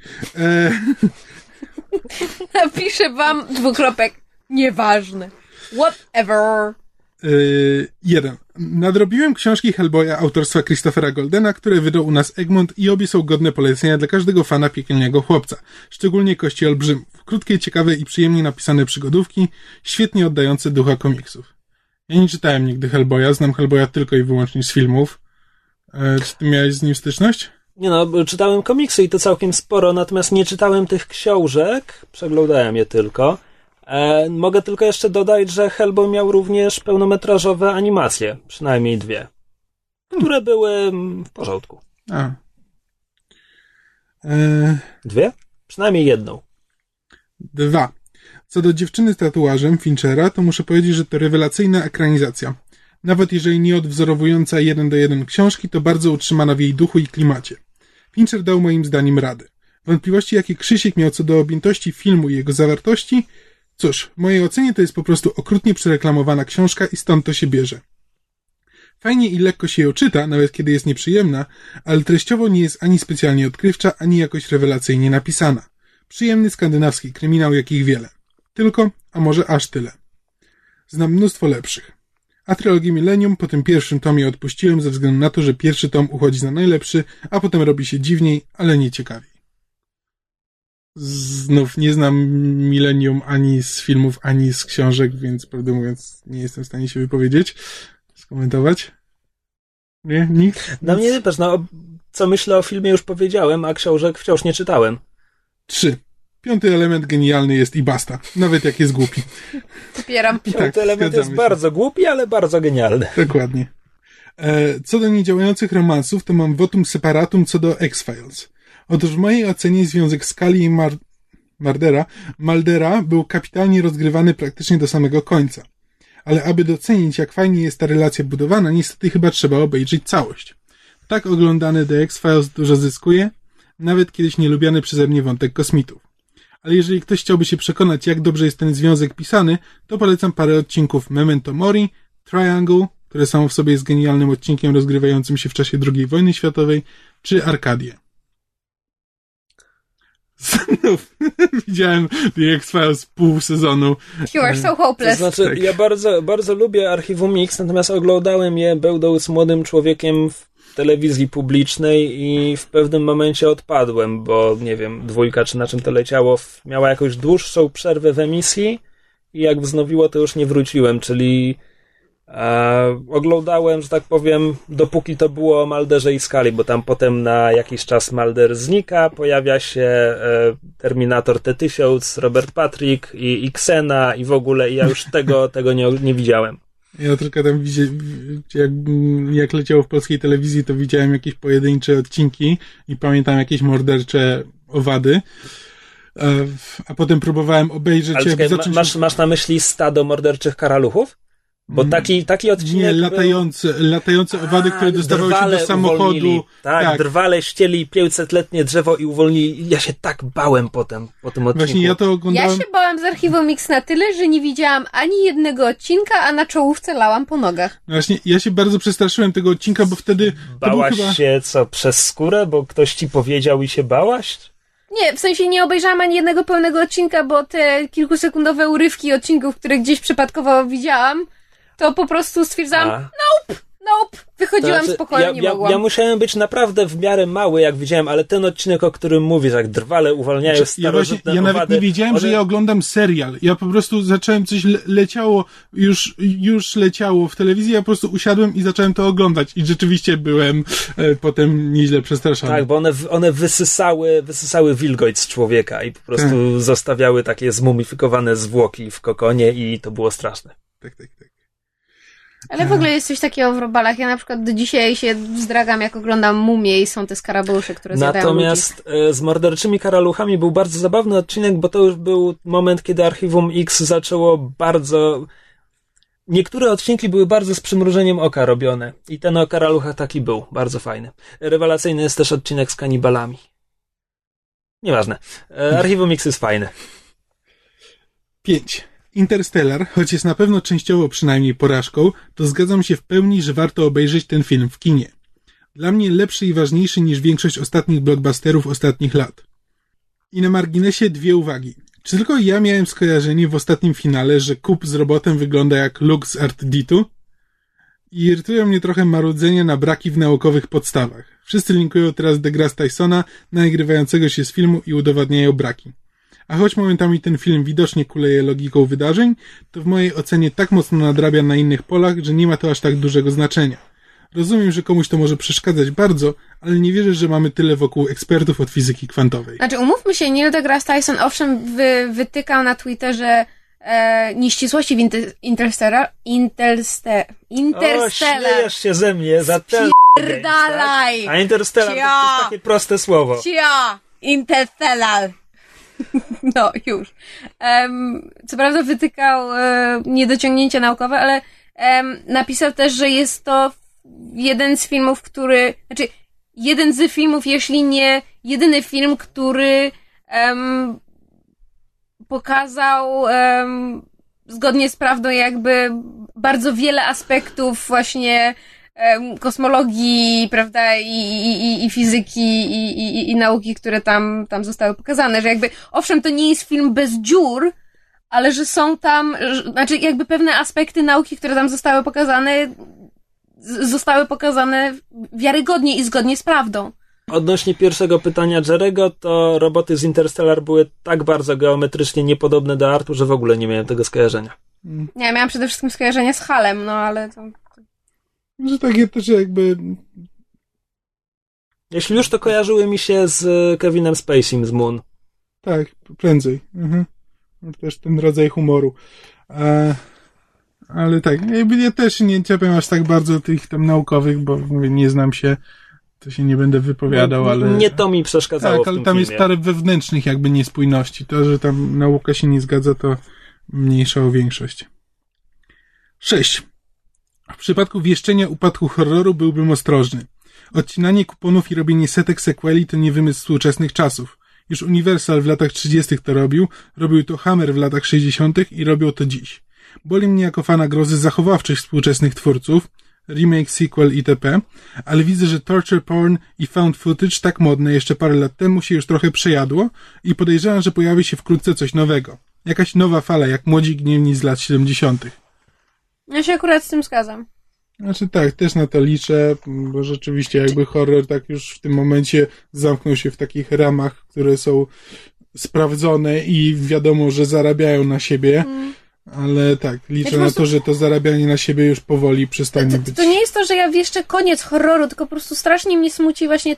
Napiszę wam ... Nieważne. Whatever. 1. Nadrobiłem książki Hellboya autorstwa Christophera Goldena, które wydał u nas Egmont i obie są godne polecenia dla każdego fana piekielnego chłopca. Szczególnie Kości Olbrzymów. Krótkie, ciekawe i przyjemnie napisane przygodówki, świetnie oddające ducha komiksów. Ja nie czytałem nigdy Hellboya, znam Hellboya tylko i wyłącznie z filmów. Czy ty miałeś z nim styczność? Nie no, czytałem komiksy i to całkiem sporo, natomiast nie czytałem tych książek, przeglądałem je tylko. Mogę tylko jeszcze dodać, że Hellboy miał również pełnometrażowe animacje, przynajmniej 2, które były w porządku. 2? Przynajmniej 1. 2. Co do Dziewczyny z tatuażem Finchera, to muszę powiedzieć, że to rewelacyjna ekranizacja. Nawet jeżeli nie odwzorowująca 1:1 książki, to bardzo utrzymana w jej duchu i klimacie. Fincher dał moim zdaniem radę. Wątpliwości, jakie Krzysiek miał co do objętości filmu i jego zawartości? Cóż, w mojej ocenie to jest po prostu okrutnie przereklamowana książka i stąd to się bierze. Fajnie i lekko się ją czyta, nawet kiedy jest nieprzyjemna, ale treściowo nie jest ani specjalnie odkrywcza, ani jakoś rewelacyjnie napisana. Przyjemny skandynawski kryminał, jakich wiele. Tylko, a może aż tyle. Znam mnóstwo lepszych. A trylogię Millennium po tym pierwszym tomie odpuściłem ze względu na to, że pierwszy tom uchodzi za najlepszy, a potem robi się dziwniej, ale nie ciekawiej. Znów nie znam Millennium ani z filmów, ani z książek, więc prawdę mówiąc nie jestem w stanie się wypowiedzieć, skomentować. Nie? Nikt? No mnie też, co myślę o filmie już powiedziałem, a książek wciąż nie czytałem. 3. 5. element genialny jest i basta. Nawet jak jest głupi. Popieram. 5. element jest bardzo głupi, ale bardzo genialny. Dokładnie. Co do niedziałających romansów, to mam votum separatum co do X-Files. Otóż w mojej ocenie związek Scully i Maldera był kapitalnie rozgrywany praktycznie do samego końca. ale aby docenić, jak fajnie jest ta relacja budowana, niestety chyba trzeba obejrzeć całość. Tak oglądany The X-Files dużo zyskuje, nawet kiedyś nielubiany przeze mnie wątek kosmitów. Ale jeżeli ktoś chciałby się przekonać, jak dobrze jest ten związek pisany, to polecam parę odcinków Memento Mori, Triangle, które samo w sobie jest genialnym odcinkiem rozgrywającym się w czasie II wojny światowej, czy Arkadię. Znów widziałem The X-Files pół sezonu. You are so hopeless. To znaczy, ja bardzo, bardzo lubię Archiwum X, natomiast oglądałem je będąc młodym człowiekiem w telewizji publicznej i w pewnym momencie odpadłem, bo nie wiem, 2 czy na czym to leciało, miała jakąś dłuższą przerwę w emisji i jak wznowiło, to już nie wróciłem, czyli oglądałem, że tak powiem, dopóki to było o Mulderze i Scully, bo tam potem na jakiś czas Mulder znika, pojawia się Terminator T-1000, Robert Patrick i Xena i w ogóle i ja już tego nie widziałem. Ja tylko tam jak leciało w polskiej telewizji, to widziałem jakieś pojedyncze odcinki i pamiętam jakieś mordercze owady. A potem próbowałem obejrzeć... Ale czekaj, masz na myśli stado morderczych karaluchów? Bo taki odcinek nie, latające owady, które dostawały się do samochodu. Tak, drwale ścieli 500-letnie drzewo i uwolnili. Ja się tak bałem po tym odcinku. Właśnie ja to oglądałem. Ja się bałam z Archiwum X na tyle, że nie widziałam ani jednego odcinka, a na czołówce lałam po nogach. No właśnie, ja się bardzo przestraszyłem tego odcinka, bo wtedy... Bałaś się co, przez skórę? Bo ktoś ci powiedział i się bałaś? Nie, w sensie nie obejrzałam ani jednego pełnego odcinka, bo te kilkusekundowe urywki odcinków, które gdzieś przypadkowo widziałam, to po prostu stwierdzałam, nope, wychodziłam spokojnie, nie mogłam. Ja musiałem być naprawdę w miarę mały, jak widziałem, ale ten odcinek, o którym mówisz, jak drwale uwalniają starożytne owady... Ja nawet nie wiedziałem, że ja oglądam serial. Ja po prostu zacząłem coś leciało, już leciało w telewizji, ja po prostu usiadłem i zacząłem to oglądać i rzeczywiście byłem potem nieźle przestraszony. Tak, bo one wysysały wilgoć z człowieka i po prostu zostawiały takie zmumifikowane zwłoki w kokonie i to było straszne. Tak. Ale w ogóle jest coś takiego w robalach. Ja na przykład do dzisiaj się wzdragam, jak oglądam Mumię i są te skarabeusze, które zjadają Natomiast z morderczymi karaluchami był bardzo zabawny odcinek, bo to już był moment, kiedy Archiwum X zaczęło bardzo... Niektóre odcinki były bardzo z przymrużeniem oka robione. I ten o karaluchach taki był. Bardzo fajny. Rewelacyjny jest też odcinek z kanibalami. Nieważne. Archiwum X jest fajne. 5. Interstellar, choć jest na pewno częściowo przynajmniej porażką, to zgadzam się w pełni, że warto obejrzeć ten film w kinie. Dla mnie lepszy i ważniejszy niż większość ostatnich blockbusterów ostatnich lat. I na marginesie 2 uwagi. Czy tylko ja miałem skojarzenie w ostatnim finale, że kup z robotem wygląda jak Luke z R2-D2? I irytują mnie trochę marudzenie na braki w naukowych podstawach. Wszyscy linkują teraz deGrasse Tysona, nagrywającego się z filmu i udowadniają braki. A choć momentami ten film widocznie kuleje logiką wydarzeń, to w mojej ocenie tak mocno nadrabia na innych polach, że nie ma to aż tak dużego znaczenia. Rozumiem, że komuś to może przeszkadzać bardzo, ale nie wierzę, że mamy tyle wokół ekspertów od fizyki kwantowej. Znaczy, umówmy się, Neil deGrasse Tyson owszem wytykał na Twitterze nieścisłości w Interstellar. O, śmiejesz się ze mnie za ten Pierdalaj! Tak? A Interstellar to jest takie proste słowo. Interstellar! No, już. Co prawda wytykał niedociągnięcia naukowe, ale napisał też, że jest to jeden z filmów, jeden z filmów, jeśli nie jedyny film, który pokazał zgodnie z prawdą jakby bardzo wiele aspektów właśnie kosmologii, prawda, i fizyki, i nauki, które tam zostały pokazane, że jakby, owszem, to nie jest film bez dziur, ale że są tam, znaczy jakby pewne aspekty nauki, które tam zostały pokazane wiarygodnie i zgodnie z prawdą. Odnośnie pierwszego pytania Jerego, to roboty z Interstellar były tak bardzo geometrycznie niepodobne do artu, że w ogóle nie miałem tego skojarzenia. Nie, ja miałam przede wszystkim skojarzenie z Halem, no ale to... Że takie też jakby... Jeśli już, to kojarzyły mi się z Kevinem Spacey'm z Moon. Tak, prędzej. Też ten rodzaj humoru. Ale tak, ja też nie czepiam aż tak bardzo tych tam naukowych, bo nie znam się, to się nie będę wypowiadał, ale... Nie to mi przeszkadzało tak, w tym ale tam filmie. jest parę wewnętrznych jakby niespójności. To, że tam nauka się nie zgadza, to mniejsza o większość. 6. W przypadku wieszczenia upadku horroru byłbym ostrożny. Odcinanie kuponów i robienie setek sequeli to nie wymysł współczesnych czasów. Już Universal w latach 30. to robił to Hammer w latach 60. i robią to dziś. Boli mnie jako fana grozy zachowawczość współczesnych twórców, remake, sequel itp., ale widzę, że torture porn i found footage tak modne jeszcze parę lat temu się już trochę przejadło i podejrzewam, że pojawi się wkrótce coś nowego. Jakaś nowa fala, jak Młodzi Gniewni z lat 70. Ja się akurat z tym zgadzam. Znaczy tak, też na to liczę, bo rzeczywiście jakby horror tak już w tym momencie zamknął się w takich ramach, które są sprawdzone i wiadomo, że zarabiają na siebie, ale tak, liczę na to, że to zarabianie na siebie już powoli przestanie być. To nie jest to, że ja wieszczę koniec horroru, tylko po prostu strasznie mnie smuci właśnie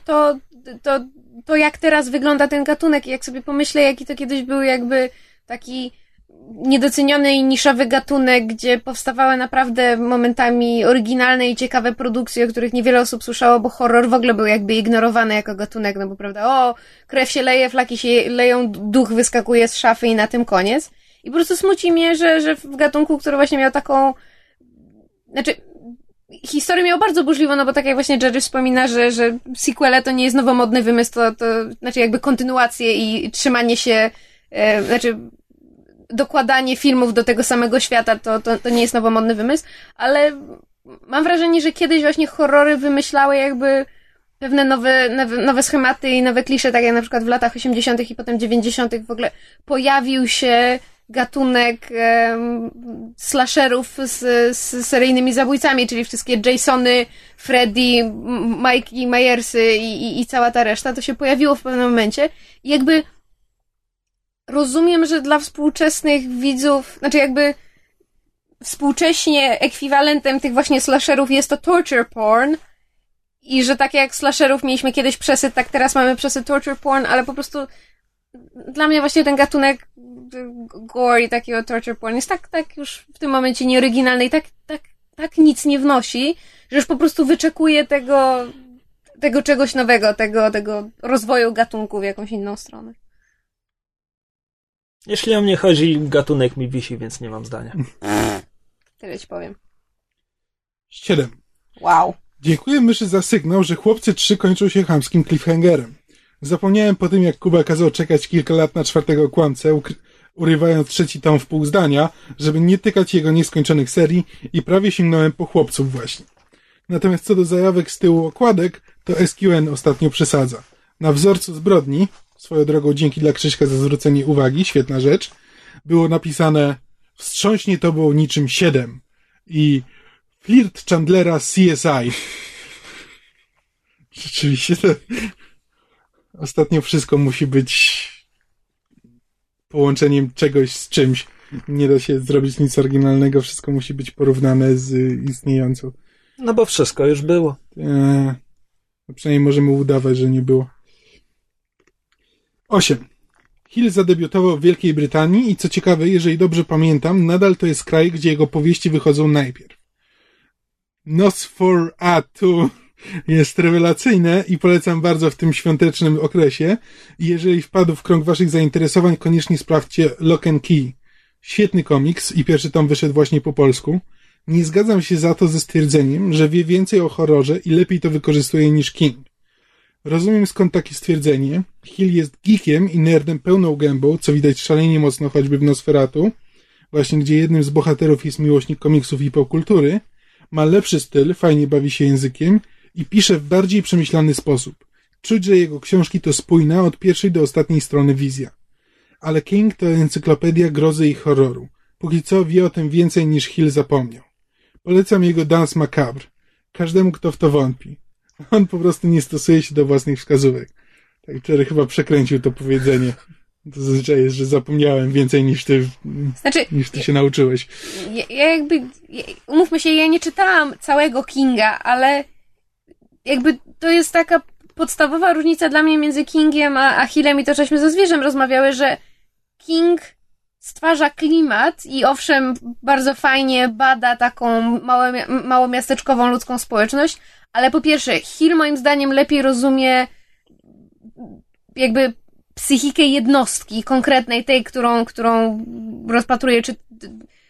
to jak teraz wygląda ten gatunek i jak sobie pomyślę, jaki to kiedyś był jakby taki niedoceniony i niszowy gatunek, gdzie powstawały naprawdę momentami oryginalne i ciekawe produkcje, o których niewiele osób słyszało, bo horror w ogóle był jakby ignorowany jako gatunek, no bo prawda, krew się leje, flaki się leją, duch wyskakuje z szafy i na tym koniec. I po prostu smuci mnie, że w gatunku, który właśnie miał taką, znaczy historię miał bardzo burzliwą, no bo tak jak właśnie Jerry wspomina, że sequele to nie jest nowomodny wymysł, to znaczy jakby kontynuacje i trzymanie się, znaczy dokładanie filmów do tego samego świata, to nie jest nowomodny wymysł, ale mam wrażenie, że kiedyś właśnie horrory wymyślały jakby pewne nowe schematy i nowe klisze, tak jak na przykład w latach 80. i potem 90. w ogóle pojawił się gatunek slasherów z seryjnymi zabójcami, czyli wszystkie Jasony, Freddy, Mikey Myersy i cała ta reszta, to się pojawiło w pewnym momencie i jakby rozumiem, że dla współczesnych widzów, znaczy jakby współcześnie ekwiwalentem tych właśnie slasherów jest to torture porn i że tak jak slasherów mieliśmy kiedyś przesyt, tak teraz mamy przesyt torture porn, ale po prostu dla mnie właśnie ten gatunek gore i takiego torture porn jest tak już w tym momencie nieoryginalny i tak nic nie wnosi, że już po prostu wyczekuje tego czegoś nowego, tego rozwoju gatunku w jakąś inną stronę. Jeśli o mnie chodzi, gatunek mi wisi, więc nie mam zdania. Tyle ci powiem. 7. Wow. Dziękuję myszy za sygnał, że Chłopcy 3 kończą się chamskim cliffhangerem. Zapomniałem po tym, jak Kuba kazał czekać kilka lat na 4. kłamcę, urywając 3. tom w pół zdania, żeby nie tykać jego nieskończonych serii i prawie sięgnąłem po Chłopców właśnie. Natomiast co do zajawek z tyłu okładek, to SQN ostatnio przesadza. Na wzorcu zbrodni, swoją drogą dzięki dla Krzyśka za zwrócenie uwagi, świetna rzecz, było napisane wstrząśnie tobą niczym 7 i flirt Chandlera z CSI. Rzeczywiście to ostatnio wszystko musi być połączeniem czegoś z czymś. Nie da się zrobić nic oryginalnego, wszystko musi być porównane z istniejącą. No bo wszystko już było. Przynajmniej możemy udawać, że nie było. 8. Hill zadebiutował w Wielkiej Brytanii i co ciekawe, jeżeli dobrze pamiętam, nadal to jest kraj, gdzie jego powieści wychodzą najpierw. Nosferatu jest rewelacyjne i polecam bardzo w tym świątecznym okresie. I jeżeli wpadł w krąg waszych zainteresowań, koniecznie sprawdźcie Lock and Key. Świetny komiks i pierwszy tom wyszedł właśnie po polsku. Nie zgadzam się za to ze stwierdzeniem, że wie więcej o horrorze i lepiej to wykorzystuje niż King. Rozumiem skąd takie stwierdzenie. Hill jest geekiem i nerdem pełną gębą, co widać szalenie mocno choćby w Nosferatu, właśnie gdzie jednym z bohaterów jest miłośnik komiksów i popkultury, ma lepszy styl, fajnie bawi się językiem i pisze w bardziej przemyślany sposób. Czuć, że jego książki to spójna od pierwszej do ostatniej strony wizja. Ale King to encyklopedia grozy i horroru. Póki co wie o tym więcej niż Hill zapomniał. Polecam jego Danse Macabre. Każdemu, kto w to wątpi. On po prostu nie stosuje się do własnych wskazówek. Tak, Jerry chyba przekręcił to powiedzenie. To zazwyczaj jest, że zapomniałem więcej niż ty się nauczyłeś. Umówmy się, ja nie czytałam całego Kinga, ale jakby to jest taka podstawowa różnica dla mnie między Kingiem a Hillem i to, żeśmy ze Zwierzem rozmawiały, że King stwarza klimat i owszem, bardzo fajnie bada taką małomiasteczkową ludzką społeczność, ale po pierwsze, Hill moim zdaniem lepiej rozumie jakby psychikę jednostki konkretnej, tej, którą rozpatruje, czy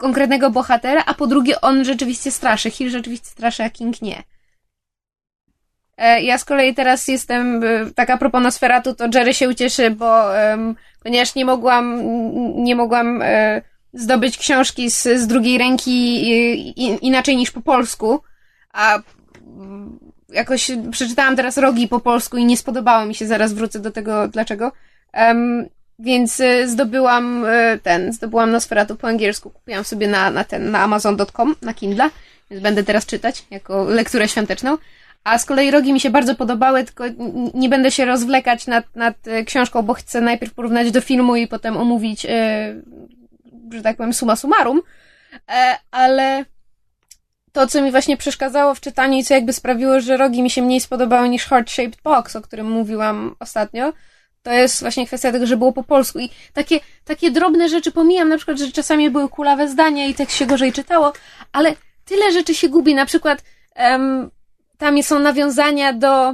konkretnego bohatera, a po drugie on rzeczywiście straszy. Hill rzeczywiście straszy, a King nie. Ja z kolei teraz jestem, tak a propos Nosferatu, to Jerry się ucieszy, bo ponieważ nie mogłam zdobyć książki z drugiej ręki inaczej niż po polsku, a jakoś przeczytałam teraz Rogi po polsku i nie spodobało mi się, zaraz wrócę do tego dlaczego. Więc zdobyłam Nosferatu po angielsku, kupiłam sobie na Amazon.com, na Kindle, więc będę teraz czytać jako lekturę świąteczną. A z kolei Rogi mi się bardzo podobały, tylko nie będę się rozwlekać nad książką, bo chcę najpierw porównać do filmu i potem omówić, że tak powiem, summa summarum. Ale to, co mi właśnie przeszkadzało w czytaniu i co jakby sprawiło, że Rogi mi się mniej spodobały niż Heart-Shaped Box, o którym mówiłam ostatnio, to jest właśnie kwestia tego, że było po polsku. I takie drobne rzeczy pomijam, na przykład, że czasami były kulawe zdania i tekst się gorzej czytało, ale tyle rzeczy się gubi. Na przykład tam są nawiązania do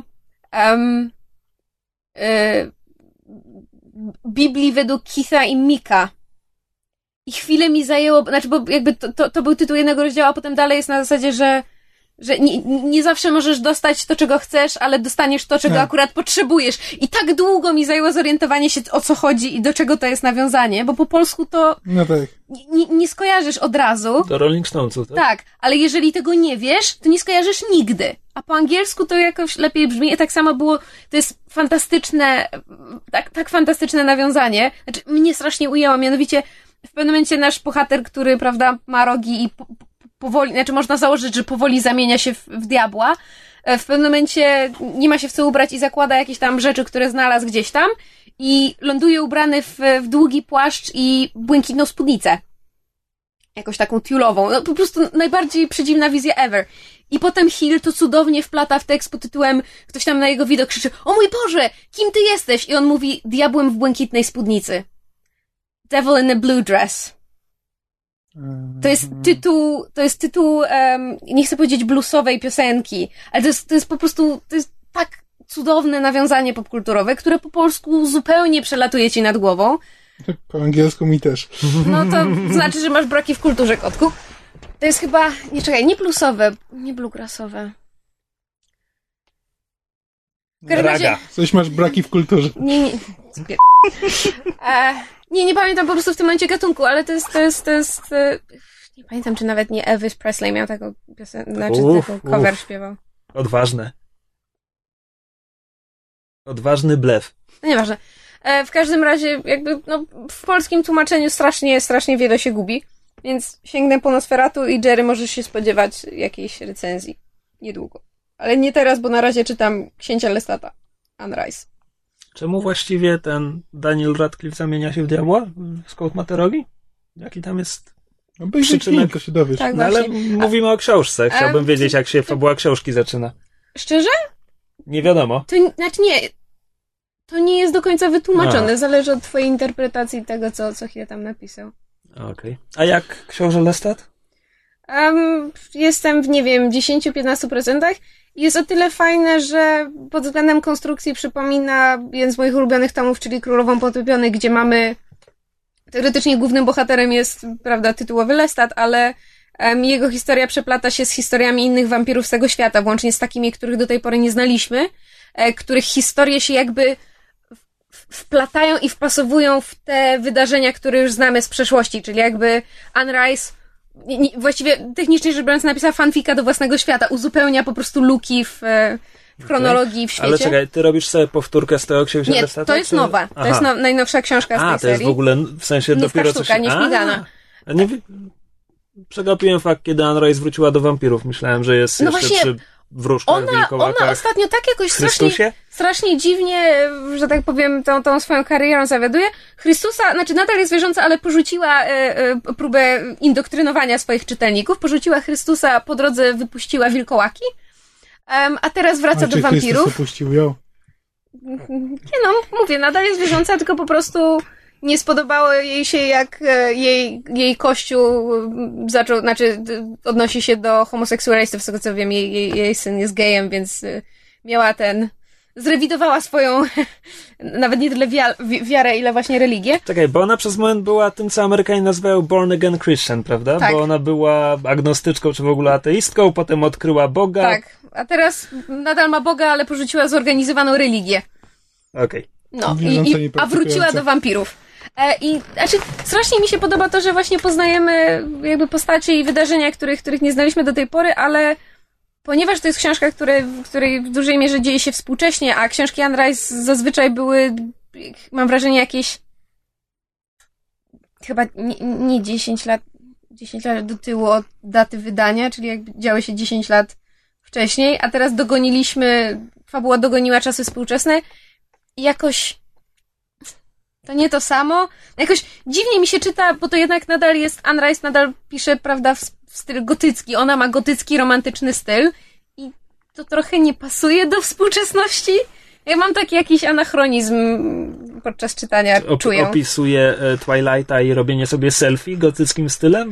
Biblii według Keitha i Mika. I chwilę mi zajęło, znaczy, bo jakby to był tytuł jednego rozdziału, a potem dalej jest na zasadzie, że nie zawsze możesz dostać to, czego chcesz, ale dostaniesz to, czego akurat potrzebujesz. I tak długo mi zajęło zorientowanie się, o co chodzi i do czego to jest nawiązanie, bo po polsku to nie skojarzysz od razu. Do Rolling Stonesów, tak? Tak, ale jeżeli tego nie wiesz, to nie skojarzysz nigdy. A po angielsku to jakoś lepiej brzmi. I tak samo było, to jest fantastyczne, tak fantastyczne nawiązanie. Znaczy, mnie strasznie ujęło, mianowicie w pewnym momencie nasz bohater, który, prawda, ma rogi i powoli, znaczy można założyć, że powoli zamienia się w diabła. W pewnym momencie nie ma się w co ubrać i zakłada jakieś tam rzeczy, które znalazł gdzieś tam i ląduje ubrany w długi płaszcz i błękitną spódnicę. Jakąś taką tiulową. No, po prostu najbardziej przedziwna wizja ever. I potem Hill to cudownie wplata w tekst pod tytułem, ktoś tam na jego widok krzyczy: o mój Boże, kim ty jesteś? I on mówi: diabłem w błękitnej spódnicy. Devil in a blue dress. To jest tytuł, nie chcę powiedzieć bluesowej piosenki, ale to jest po prostu, to jest tak cudowne nawiązanie popkulturowe, które po polsku zupełnie przelatuje ci nad głową. Po angielsku mi też. No to znaczy, że masz braki w kulturze, kotku. To jest chyba, nie bluesowe, nie bluegrassowe. Raga. Coś masz braki w kulturze. Nie pamiętam po prostu w tym momencie gatunku, ale to jest nie pamiętam, czy nawet nie Elvis Presley miał taką piosenkę, znaczy taką cover śpiewał. Odważny blef. No nieważne. W każdym razie jakby, w polskim tłumaczeniu strasznie wiele się gubi, więc sięgnę po Nosferatu i Jerry możesz się spodziewać jakiejś recenzji. Niedługo. Ale nie teraz, bo na razie czytam Księcia Lestata. Anne Rice. Czemu właściwie ten Daniel Radcliffe zamienia się w diabła? Skąd ma te rogi? Jaki tam jest przyczynek? To się dowiesz. Tak, ale mówimy o książce. Chciałbym wiedzieć, jak się fabuła książki zaczyna. Szczerze? Nie wiadomo. To nie jest do końca wytłumaczone. Zależy od twojej interpretacji tego, co Hill tam napisał. Okej. A jak książę Lestat? Jestem w, 10-15%. Jest o tyle fajne, że pod względem konstrukcji przypomina jeden z moich ulubionych tomów, czyli Królową Potopionych, gdzie mamy teoretycznie głównym bohaterem jest, prawda, tytułowy Lestat, ale jego historia przeplata się z historiami innych wampirów z tego świata, włącznie z takimi, których do tej pory nie znaliśmy, których historie się jakby wplatają i wpasowują w te wydarzenia, które już znamy z przeszłości, czyli jakby Anne Rice właściwie technicznie rzecz biorąc napisała fanfika do własnego świata, uzupełnia po prostu luki w chronologii w świecie. Ale czekaj, ty robisz sobie powtórkę z tego Księcia Lestata? Nie, to jest nowa. To jest najnowsza książka z tej serii. To jest w ogóle, w sensie Nówka dopiero sztuka, nieśmigana. Przegapiłem fakt, kiedy Anne Rice wróciła do wampirów. Myślałem, że jest jeszcze przy wróżkach, wilkołakach. Ona ostatnio tak jakoś strasznie dziwnie, że tak powiem, tą swoją karierą zawiaduje. Chrystusa, znaczy nadal jest wierząca, ale porzuciła próbę indoktrynowania swoich czytelników. Porzuciła Chrystusa, po drodze wypuściła wilkołaki, a teraz wraca do wampirów. Chrystus opuścił ją? Nie mówię, nadal jest wierząca, tylko po prostu nie spodobało jej się, jak jej kościół zaczął, znaczy odnosi się do homoseksualistów, z tego co wiem, jej syn jest gejem, więc miała zrewidowała swoją nawet nie tyle wiarę, ile właśnie religię. Czekaj, bo ona przez moment była tym, co Amerykanie nazywają born again Christian, prawda? Tak. Bo ona była agnostyczką, czy w ogóle ateistką, potem odkryła Boga. Tak, a teraz nadal ma Boga, ale porzuciła zorganizowaną religię. Okej. No, a wróciła do wampirów. I znaczy, strasznie mi się podoba to, że właśnie poznajemy jakby postacie i wydarzenia, których nie znaliśmy do tej pory, ale ponieważ to jest książka, której w dużej mierze dzieje się współcześnie, a książki Anne Rice zazwyczaj były, mam wrażenie, jakieś chyba nie 10 lat do tyłu od daty wydania, czyli jakby działy się 10 lat wcześniej, a teraz fabuła dogoniła czasy współczesne i jakoś to nie to samo. Jakoś dziwnie mi się czyta, bo to jednak nadal jest, Anne Rice nadal pisze, prawda, w styl gotycki. Ona ma gotycki, romantyczny styl i to trochę nie pasuje do współczesności. Ja mam taki jakiś anachronizm podczas czytania, czuję. Opisuje Twilighta i robienie sobie selfie gotyckim stylem?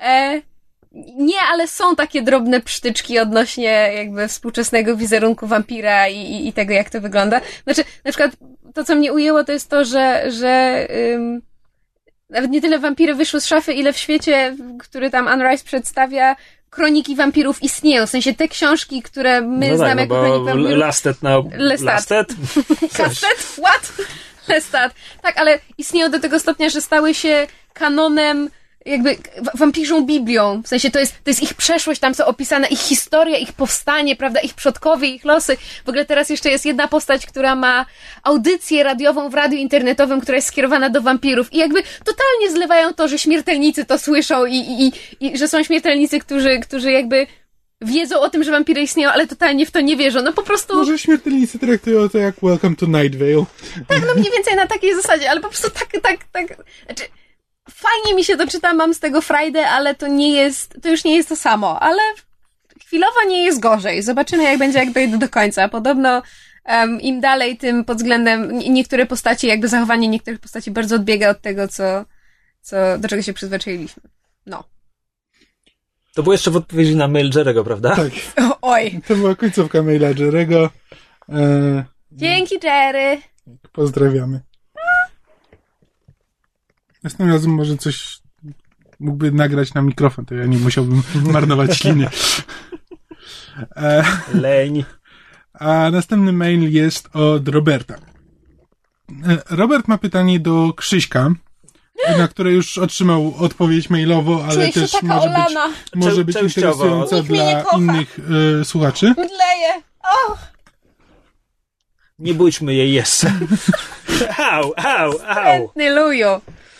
Nie, ale są takie drobne psztyczki odnośnie jakby współczesnego wizerunku wampira i tego, jak to wygląda. Znaczy, na przykład to, co mnie ujęło, to jest to, że nawet nie tyle wampiry wyszły z szafy, ile w świecie, który tam Anne Rice przedstawia, kroniki wampirów istnieją. W sensie te książki, które my znamy jako kroniki wampirów. Lestat? Kastet? What? Lestat. Tak, ale istnieją do tego stopnia, że stały się kanonem jakby wampirzą Biblią. W sensie to jest ich przeszłość, tam są opisane ich historia, ich powstanie, prawda, ich przodkowie, ich losy. W ogóle teraz jeszcze jest jedna postać, która ma audycję radiową w radiu internetowym, która jest skierowana do wampirów i jakby totalnie zlewają to, że śmiertelnicy to słyszą i że są śmiertelnicy, którzy jakby wiedzą o tym, że wampiry istnieją, ale totalnie w to nie wierzą. No po prostu... Może śmiertelnicy traktują to jak Welcome to Night Vale. Tak, no mniej więcej na takiej zasadzie, ale po prostu tak... Znaczy, fajnie mi się to czyta, mam z tego frajdę, ale to już nie jest to samo, ale chwilowo nie jest gorzej. Zobaczymy, jak będzie, jak dojdę do końca. Podobno im dalej, tym pod względem niektóre postaci, jakby zachowanie niektórych postaci bardzo odbiega od tego, do czego się przyzwyczailiśmy. No. To było jeszcze w odpowiedzi na mail Jerego, prawda? Tak. Oj. To była końcówka maila Jerego. Dzięki, Jerry. Pozdrawiamy. Następnym razem może coś mógłby nagrać na mikrofon, to ja nie musiałbym marnować śliny. Leń. A następny mail jest od Roberta. Robert ma pytanie do Krzyśka, na które już otrzymał odpowiedź mailowo, ale też może być interesująca dla innych słuchaczy. Mdleję. Oh. Nie bójmy jej jeszcze. Au. Luju.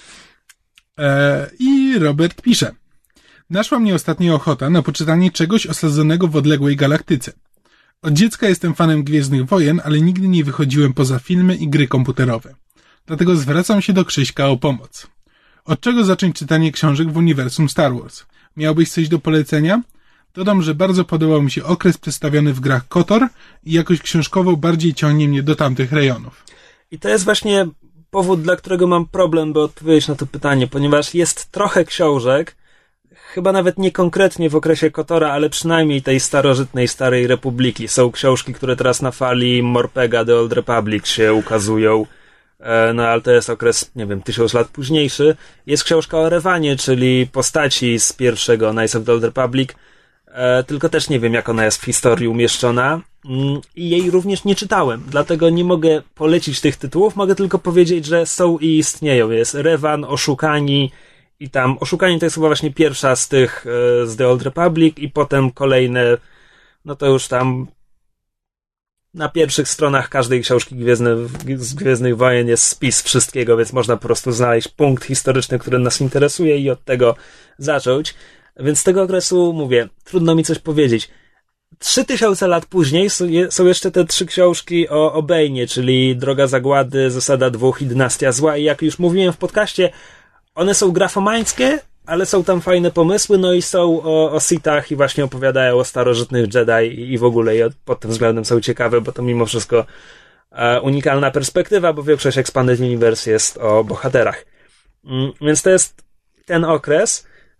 I Robert pisze: naszła mnie ostatnio ochota na poczytanie czegoś osadzonego w odległej galaktyce. Od dziecka jestem fanem Gwiezdnych Wojen, ale nigdy nie wychodziłem poza filmy i gry komputerowe. Dlatego zwracam się do Krzyśka o pomoc. Od czego zacząć czytanie książek w uniwersum Star Wars? Miałbyś coś do polecenia? Dodam, że bardzo podobał mi się okres przedstawiony w grach KOTOR i jakoś książkowo bardziej ciągnie mnie do tamtych rejonów. I to jest właśnie powód, dla którego mam problem, by odpowiedzieć na to pytanie, ponieważ jest trochę książek, chyba nawet nie konkretnie w okresie KOTORa, ale przynajmniej tej starożytnej Starej Republiki. Są książki, które teraz na fali Morpega The Old Republic się ukazują, no ale to jest okres, nie wiem, 1000 lat późniejszy. Jest książka o Rewanie, czyli postaci z pierwszego Knights of the Old Republic, tylko też nie wiem, jak ona jest w historii umieszczona i jej również nie czytałem, dlatego nie mogę polecić tych tytułów, mogę tylko powiedzieć, że są i istnieją. Jest Revan, Oszukani i tam Oszukani to jest chyba właśnie pierwsza z tych z The Old Republic i potem kolejne, no to już tam na pierwszych stronach każdej książki z Gwiezdnych Wojen jest spis wszystkiego, więc można po prostu znaleźć punkt historyczny, który nas interesuje i od tego zacząć. Więc z tego okresu, mówię, trudno mi coś powiedzieć. 3000 lat później są jeszcze te 3 książki o Obejnie, czyli Droga Zagłady, Zasada Dwóch i Dynastia Zła. I jak już mówiłem w podcaście, one są grafomańskie, ale są tam fajne pomysły, no i są o Sithach i właśnie opowiadają o starożytnych Jedi i w ogóle i pod tym względem są ciekawe, bo to mimo wszystko unikalna perspektywa, bo większość Expanded Universe jest o bohaterach. Więc to jest ten okres.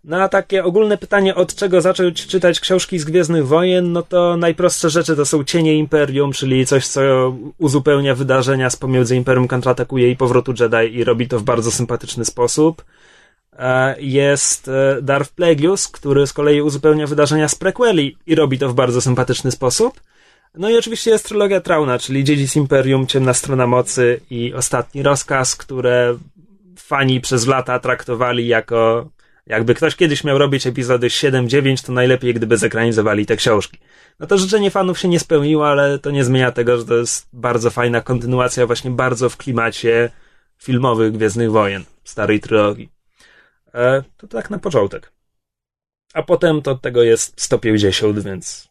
Na takie ogólne pytanie, od czego zacząć czytać książki z Gwiezdnych Wojen, no to najprostsze rzeczy to są Cienie Imperium, czyli coś, co uzupełnia wydarzenia z pomiędzy Imperium kontratakuje i Powrotu Jedi i robi to w bardzo sympatyczny sposób. Jest Darth Plagueis, który z kolei uzupełnia wydarzenia z prequeli i robi to w bardzo sympatyczny sposób. No i oczywiście jest trylogia Trauna, czyli Dziedzic Imperium, Ciemna Strona Mocy i Ostatni Rozkaz, które fani przez lata traktowali jako, jakby ktoś kiedyś miał robić epizody 7-9, to najlepiej gdyby zekranizowali te książki. No to życzenie fanów się nie spełniło, ale to nie zmienia tego, że to jest bardzo fajna kontynuacja, właśnie bardzo w klimacie filmowych Gwiezdnych Wojen, starej trylogii. To tak na początek. A potem to od tego jest 150, więc...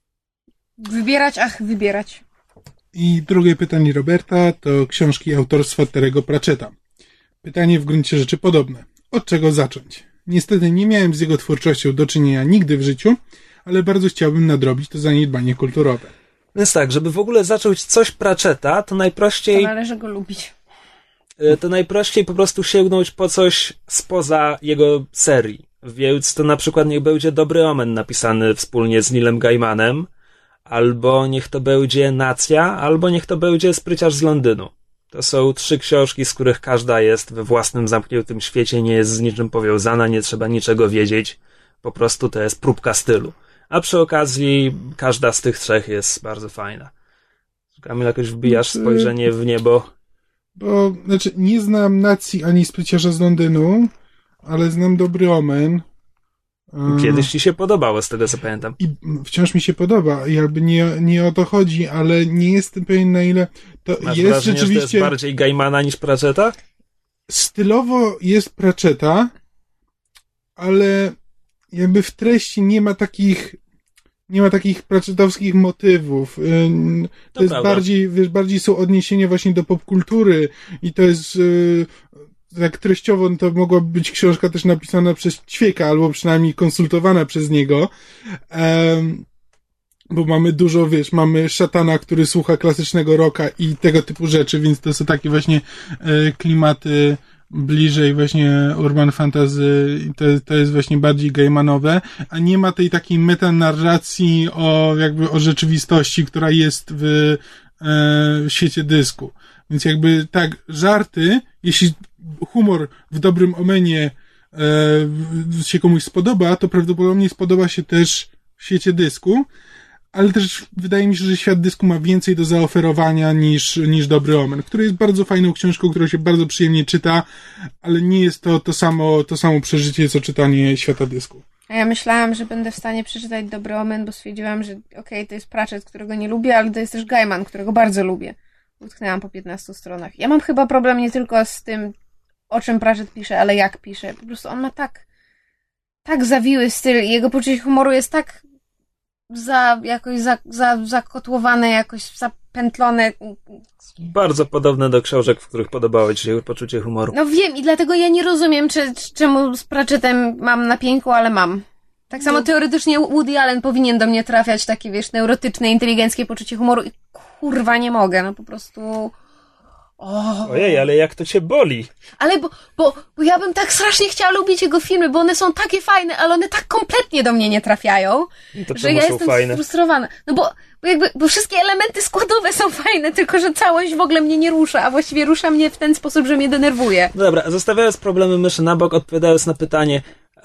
Wybierać. I drugie pytanie Roberta to książki autorstwa Terry'ego Pratchetta. Pytanie w gruncie rzeczy podobne. Od czego zacząć? Niestety nie miałem z jego twórczością do czynienia nigdy w życiu, ale bardzo chciałbym nadrobić to zaniedbanie kulturowe. Więc tak, żeby w ogóle zacząć coś Pratchetta, to najprościej... To należy go lubić. To najprościej po prostu sięgnąć po coś spoza jego serii. Więc to na przykład niech będzie Dobry Omen napisany wspólnie z Neilem Gaimanem, albo niech to będzie Nacja, albo niech to będzie Spryciarz z Londynu. To są 3 książki, z których każda jest we własnym zamkniętym świecie, nie jest z niczym powiązana, nie trzeba niczego wiedzieć. Po prostu to jest próbka stylu. A przy okazji każda z tych 3 jest bardzo fajna. Kamil, jakoś wbijasz spojrzenie w niebo. Bo, znaczy, nie znam Nacji ani Spryciarza z Londynu, ale znam Dobry Omen. Kiedyś ci się podobało, z tego co pamiętam. I wciąż mi się podoba. Jakby nie o to chodzi, ale nie jestem pewien, na ile to Masz jest wrażenie, rzeczywiście... że to jest bardziej Gaimana niż Pratchetta? Stylowo jest Pratchetta, ale jakby w treści nie ma takich pratchettowskich motywów. To jest prawda. bardziej są odniesienia właśnie do popkultury i to jest tak treściowo to mogłaby być książka też napisana przez Ćwieka, albo przynajmniej konsultowana przez niego. Bo mamy dużo, mamy szatana, który słucha klasycznego rocka i tego typu rzeczy, więc to są takie właśnie klimaty bliżej właśnie urban fantasy, to jest właśnie bardziej gaimanowe, a nie ma tej takiej metanarracji o rzeczywistości, która jest w świecie dysku. Więc jakby tak, żarty, jeśli humor w Dobrym Omenie się komuś spodoba, to prawdopodobnie spodoba się też w świecie dysku, ale też wydaje mi się, że Świat Dysku ma więcej do zaoferowania niż Dobry Omen, który jest bardzo fajną książką, którą się bardzo przyjemnie czyta, ale nie jest to samo przeżycie, co czytanie Świata Dysku. A ja myślałam, że będę w stanie przeczytać Dobry Omen, bo stwierdziłam, że okej, to jest Pratchett, którego nie lubię, ale to jest też Gaiman, którego bardzo lubię. Utknęłam po 15 stronach. Ja mam chyba problem nie tylko z tym, o czym Pratchett pisze, ale jak pisze. Po prostu on ma tak zawiły styl i jego poczucie humoru jest tak zakotłowane, jakoś zapętlone. Bardzo podobne do książek, w których podobało ci się poczucie humoru. No wiem i dlatego ja nie rozumiem, czemu z Pratchettem mam na pięku, ale mam. Tak samo teoretycznie Woody Allen powinien do mnie trafiać takie, neurotyczne, inteligenckie poczucie humoru i kurwa nie mogę, no po prostu... Ojej, ale jak to cię boli? Ale bo ja bym tak strasznie chciała lubić jego filmy, bo one są takie fajne, ale one tak kompletnie do mnie nie trafiają, że ja jestem sfrustrowana. No bo wszystkie elementy składowe są fajne, tylko że całość w ogóle mnie nie rusza, a właściwie rusza mnie w ten sposób, że mnie denerwuje. No dobra, zostawiając problemy myszy na bok, odpowiadając na pytanie,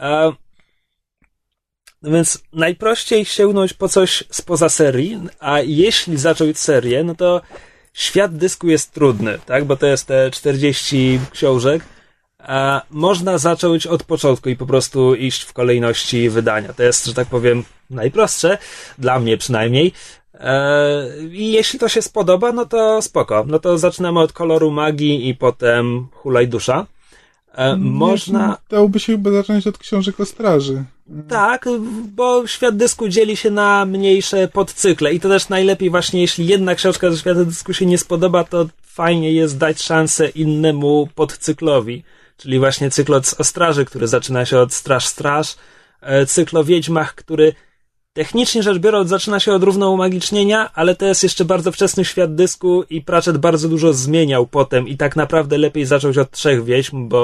no więc najprościej sięgnąć po coś spoza serii, a jeśli zacząć serię, no to Świat Dysku jest trudny, tak? Bo to jest te 40 książek, a można zacząć od początku i po prostu iść w kolejności wydania. To jest, że tak powiem, najprostsze, dla mnie przynajmniej. I jeśli to się spodoba, no to spoko. No to zaczynamy od Koloru Magii i potem Hulaj Dusza. Można... Dałoby się chyba zacząć od książek o straży. Tak, bo Świat Dysku dzieli się na mniejsze podcykle i to też najlepiej właśnie, jeśli jedna książka ze Świata Dysku się nie spodoba, to fajnie jest dać szansę innemu podcyklowi, czyli właśnie cykl o straży, który zaczyna się od Straż, cykl o wiedźmach, który technicznie rzecz biorąc zaczyna się od równoumagicznienia, ale to jest jeszcze bardzo wczesny Świat Dysku i Pratchett bardzo dużo zmieniał potem i tak naprawdę lepiej zacząć od 3 wiedźm, bo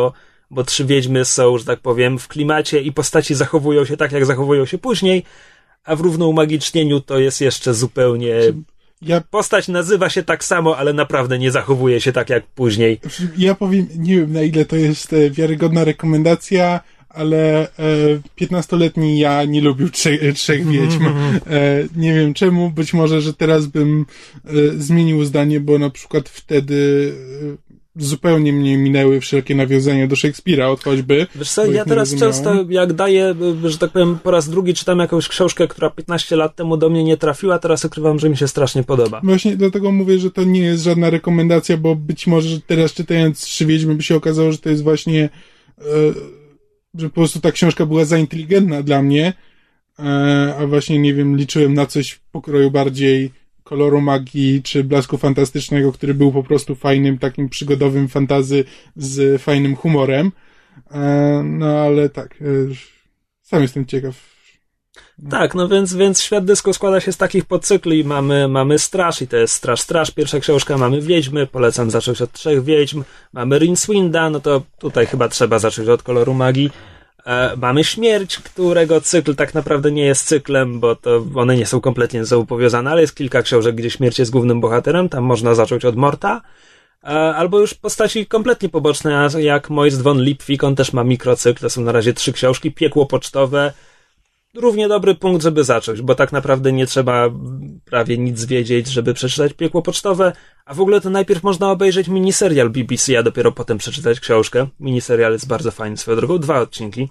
bo 3 wiedźmy są, że tak powiem, w klimacie i postaci zachowują się tak, jak zachowują się później, a w równoumagicznieniu to jest jeszcze zupełnie... Postać nazywa się tak samo, ale naprawdę nie zachowuje się tak jak później. Ja powiem, nie wiem na ile to jest wiarygodna rekomendacja, ale 15-letni ja nie lubił trzech wiedźm. Nie wiem czemu, być może, że teraz bym zmienił zdanie, bo na przykład wtedy zupełnie mnie minęły wszelkie nawiązania do Szekspira, choćby. Wiesz co, ja teraz często, jak daję, że tak powiem, po raz drugi czytam jakąś książkę, która 15 lat temu do mnie nie trafiła, teraz ukrywam, że mi się strasznie podoba. Właśnie dlatego mówię, że to nie jest żadna rekomendacja, bo być może teraz czytając 3 wiedźmy by się okazało, że to jest właśnie że po prostu ta książka była za inteligentna dla mnie, a właśnie, nie wiem, liczyłem na coś w pokroju bardziej koloru magii, czy blasku fantastycznego, który był po prostu fajnym, takim przygodowym fantasy z fajnym humorem. No ale tak, sam jestem ciekaw. Tak, no więc Świat Dysku składa się z takich podcykli. Mamy Straż i to jest Straż, pierwsza książka, mamy Wiedźmy, polecam zacząć od 3 Wiedźm, mamy Rincewind, no to tutaj chyba trzeba zacząć od koloru magii. Mamy Śmierć, którego cykl tak naprawdę nie jest cyklem, bo to one nie są kompletnie ze sobą powiązane, ale jest kilka książek, gdzie Śmierć jest głównym bohaterem, tam można zacząć od Morta. Albo już postaci kompletnie poboczne, jak Moist von Lipwik, on też ma mikrocykl, to są na razie 3 książki, Piekło pocztowe, równie dobry punkt, żeby zacząć, bo tak naprawdę nie trzeba prawie nic wiedzieć, żeby przeczytać Piekło pocztowe, a w ogóle to najpierw można obejrzeć miniserial BBC, a dopiero potem przeczytać książkę. Miniserial jest bardzo fajny swoją drogą, 2 odcinki.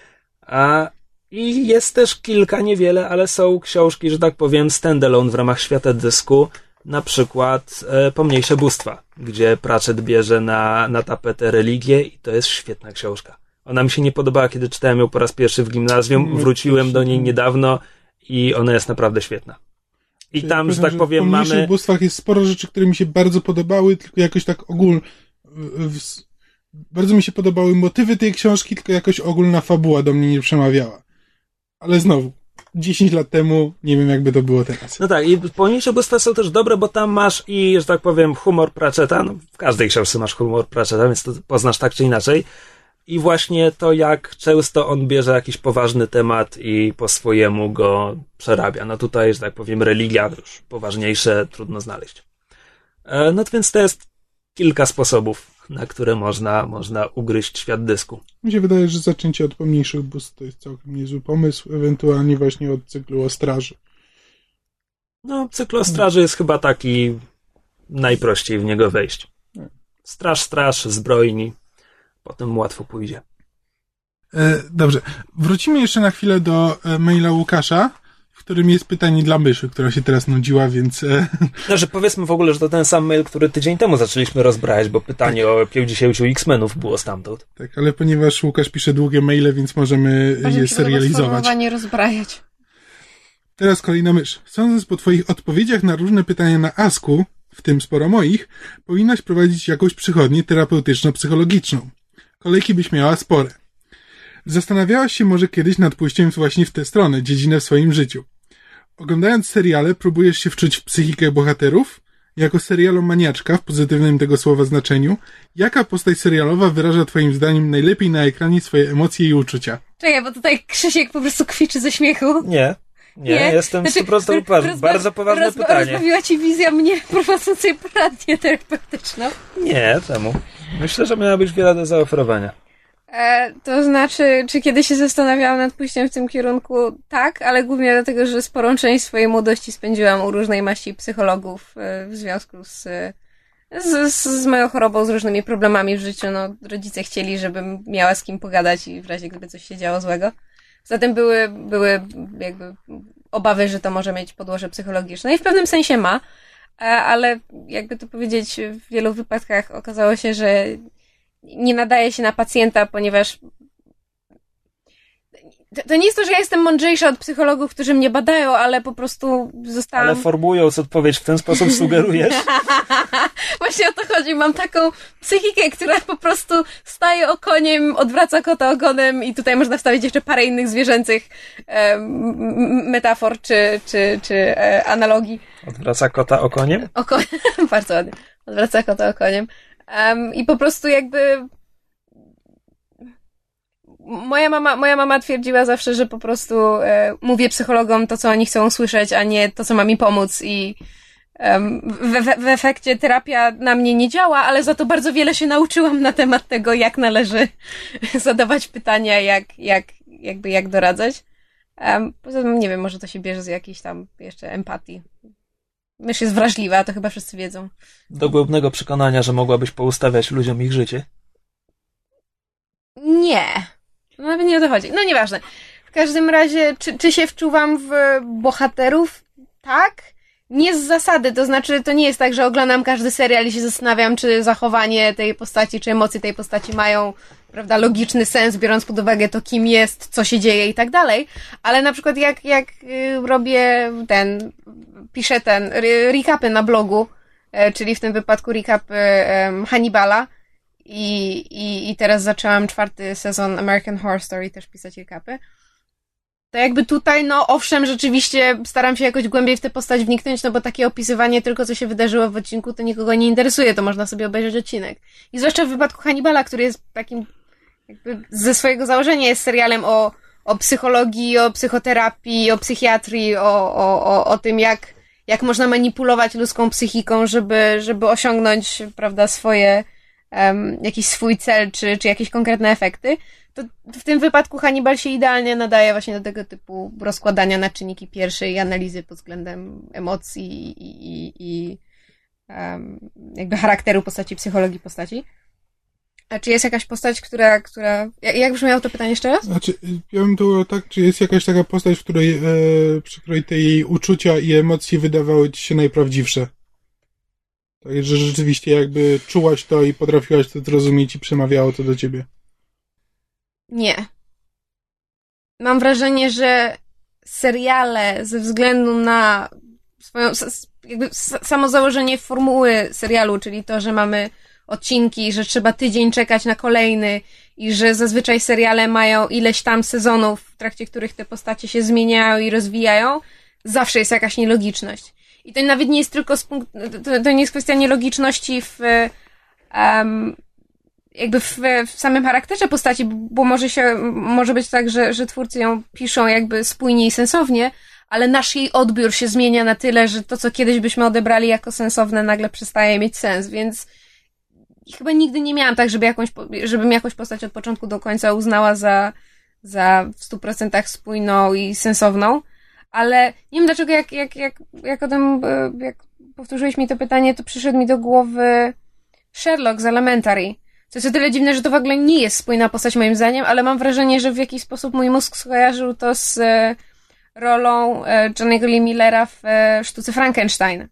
I jest też kilka, niewiele, ale są książki, że tak powiem, standalone w ramach Świata Dysku, na przykład Pomniejsze Bóstwa, gdzie Pratchett bierze na tapetę religię i to jest świetna książka. Ona mi się nie podobała, kiedy czytałem ją po raz pierwszy w gimnazjum, wróciłem do niej niedawno i ona jest naprawdę świetna. I czyli tam, że tak powiem, mamy... W Pomniejszych Bóstwach jest sporo rzeczy, które mi się bardzo podobały, tylko jakoś tak bardzo mi się podobały motywy tej książki, tylko jakoś ogólna fabuła do mnie nie przemawiała. Ale znowu, 10 lat temu nie wiem, jakby to było teraz. No tak, i Pomniejsze Bóstwa są też dobre, bo tam masz i, że tak powiem, humor Pratchetta, no w każdej książce masz humor Pratchetta, więc to poznasz tak czy inaczej. I właśnie to, jak często on bierze jakiś poważny temat i po swojemu go przerabia. No tutaj, że tak powiem, religia, już poważniejsze, trudno znaleźć. No to więc to jest kilka sposobów, na które można ugryźć Świat Dysku. Mi się wydaje, że zaczęcie od Pomniejszych Bóstw to jest całkiem niezły pomysł, ewentualnie właśnie od cyklu o Straży. No, cykl o Straży jest chyba taki najprościej w niego wejść. Straż, zbrojni. Potem łatwo pójdzie. Dobrze. Wrócimy jeszcze na chwilę do maila Łukasza, w którym jest pytanie dla myszy, która się teraz nudziła, więc... Znaczy, powiedzmy w ogóle, że to ten sam mail, który tydzień temu zaczęliśmy rozbrać, bo pytanie o 50 X-Menów było stamtąd. Tak, ale ponieważ Łukasz pisze długie maile, więc możemy je serializować. Nie rozbrajać. Teraz kolejna mysz. Sądząc po twoich odpowiedziach na różne pytania na Asku, w tym sporo moich, powinnaś prowadzić jakąś przychodnię terapeutyczno-psychologiczną. Kolejki byś miała spore. Zastanawiałaś się może kiedyś nad pójściem właśnie w tę stronę, dziedzinę w swoim życiu. Oglądając seriale, próbujesz się wczuć w psychikę bohaterów? Jako serialomaniaczka, w pozytywnym tego słowa znaczeniu, jaka postać serialowa wyraża twoim zdaniem najlepiej na ekranie swoje emocje i uczucia? Czekaj, bo tutaj Krzysiek po prostu kwiczy ze śmiechu. Nie, jestem 100% bardzo poważne pytanie. Rozbawiła ci wizja mnie prowadzącej poradnię terapeutyczną? Nie, czemu? Myślę, że miała być wiele do zaoferowania. To znaczy, czy kiedyś się zastanawiałam nad pójściem w tym kierunku? Tak, ale głównie dlatego, że sporą część swojej młodości spędziłam u różnej maści psychologów w związku z moją chorobą, z różnymi problemami w życiu. No, rodzice chcieli, żebym miała z kim pogadać i w razie gdyby coś się działo złego. Zatem były jakby obawy, że to może mieć podłoże psychologiczne i w pewnym sensie ma, ale jakby to powiedzieć, w wielu wypadkach okazało się, że nie nadaje się na pacjenta, ponieważ to nie jest to, że ja jestem mądrzejsza od psychologów, którzy mnie badają, ale po prostu zostałam... Ale formułując odpowiedź w ten sposób sugerujesz? Właśnie o to chodzi. Mam taką psychikę, która po prostu staje okoniem, odwraca kota ogonem i tutaj można wstawić jeszcze parę innych zwierzęcych metafor czy analogii. Odwraca kota okoniem? Bardzo ładnie. Odwraca kota okoniem. I po prostu jakby Moja mama twierdziła zawsze, że po prostu mówię psychologom to, co oni chcą usłyszeć, a nie to, co ma mi pomóc i w efekcie terapia na mnie nie działa, ale za to bardzo wiele się nauczyłam na temat tego, jak należy zadawać pytania, jak doradzać. Poza tym, nie wiem, może to się bierze z jakiejś tam jeszcze empatii. Mysz jest wrażliwa, to chyba wszyscy wiedzą. Dogłębnego przekonania, że mogłabyś poustawiać ludziom ich życie? Nie. Nawet nie o to chodzi. No nieważne. W każdym razie, czy się wczuwam w bohaterów? Tak. Nie z zasady, to znaczy to nie jest tak, że oglądam każdy serial i się zastanawiam, czy zachowanie tej postaci, czy emocje tej postaci mają, prawda, logiczny sens, biorąc pod uwagę to, kim jest, co się dzieje i tak dalej, ale na przykład jak robię piszę recapy na blogu, czyli w tym wypadku recapy Hannibala i teraz zaczęłam 4. sezon American Horror Story też pisać recapy. To jakby tutaj, no owszem, rzeczywiście staram się jakoś głębiej w tę postać wniknąć, no bo takie opisywanie tylko, co się wydarzyło w odcinku, to nikogo nie interesuje, to można sobie obejrzeć odcinek. I zwłaszcza w wypadku Hannibala, który jest takim, jakby ze swojego założenia jest serialem o psychologii, o psychoterapii, o psychiatrii, o tym, jak można manipulować ludzką psychiką, żeby osiągnąć, prawda, jakiś swój cel, czy jakieś konkretne efekty. To w tym wypadku Hannibal się idealnie nadaje właśnie do tego typu rozkładania na czynniki pierwsze i analizy pod względem emocji i jakby charakteru postaci, psychologii postaci. A czy jest jakaś postać, która... Jak brzmiało to pytanie jeszcze raz? Znaczy, ja bym to tak, czy jest jakaś taka postać, przy której te jej uczucia i emocje wydawały ci się najprawdziwsze? Tak, że rzeczywiście jakby czułaś to i potrafiłaś to zrozumieć i przemawiało to do ciebie. Nie. Mam wrażenie, że seriale ze względu na samo założenie formuły serialu, czyli to, że mamy odcinki, że trzeba tydzień czekać na kolejny i że zazwyczaj seriale mają ileś tam sezonów, w trakcie których te postacie się zmieniają i rozwijają, zawsze jest jakaś nielogiczność. I to nawet nie jest tylko to nie jest kwestia nielogiczności jakby w samym charakterze postaci, bo może być tak, że twórcy ją piszą jakby spójnie i sensownie, ale nasz jej odbiór się zmienia na tyle, że to, co kiedyś byśmy odebrali jako sensowne, nagle przestaje mieć sens, więc chyba nigdy nie miałam tak, żebym jakąś postać od początku do końca uznała za w 100% spójną i sensowną, ale nie wiem dlaczego, jak powtórzyłeś mi to pytanie, to przyszedł mi do głowy Sherlock z Elementary. Co jest o tyle dziwne, że to w ogóle nie jest spójna postać moim zdaniem, ale mam wrażenie, że w jakiś sposób mój mózg skojarzył to z rolą Johnny'ego Lee Millera w sztuce Frankenstein.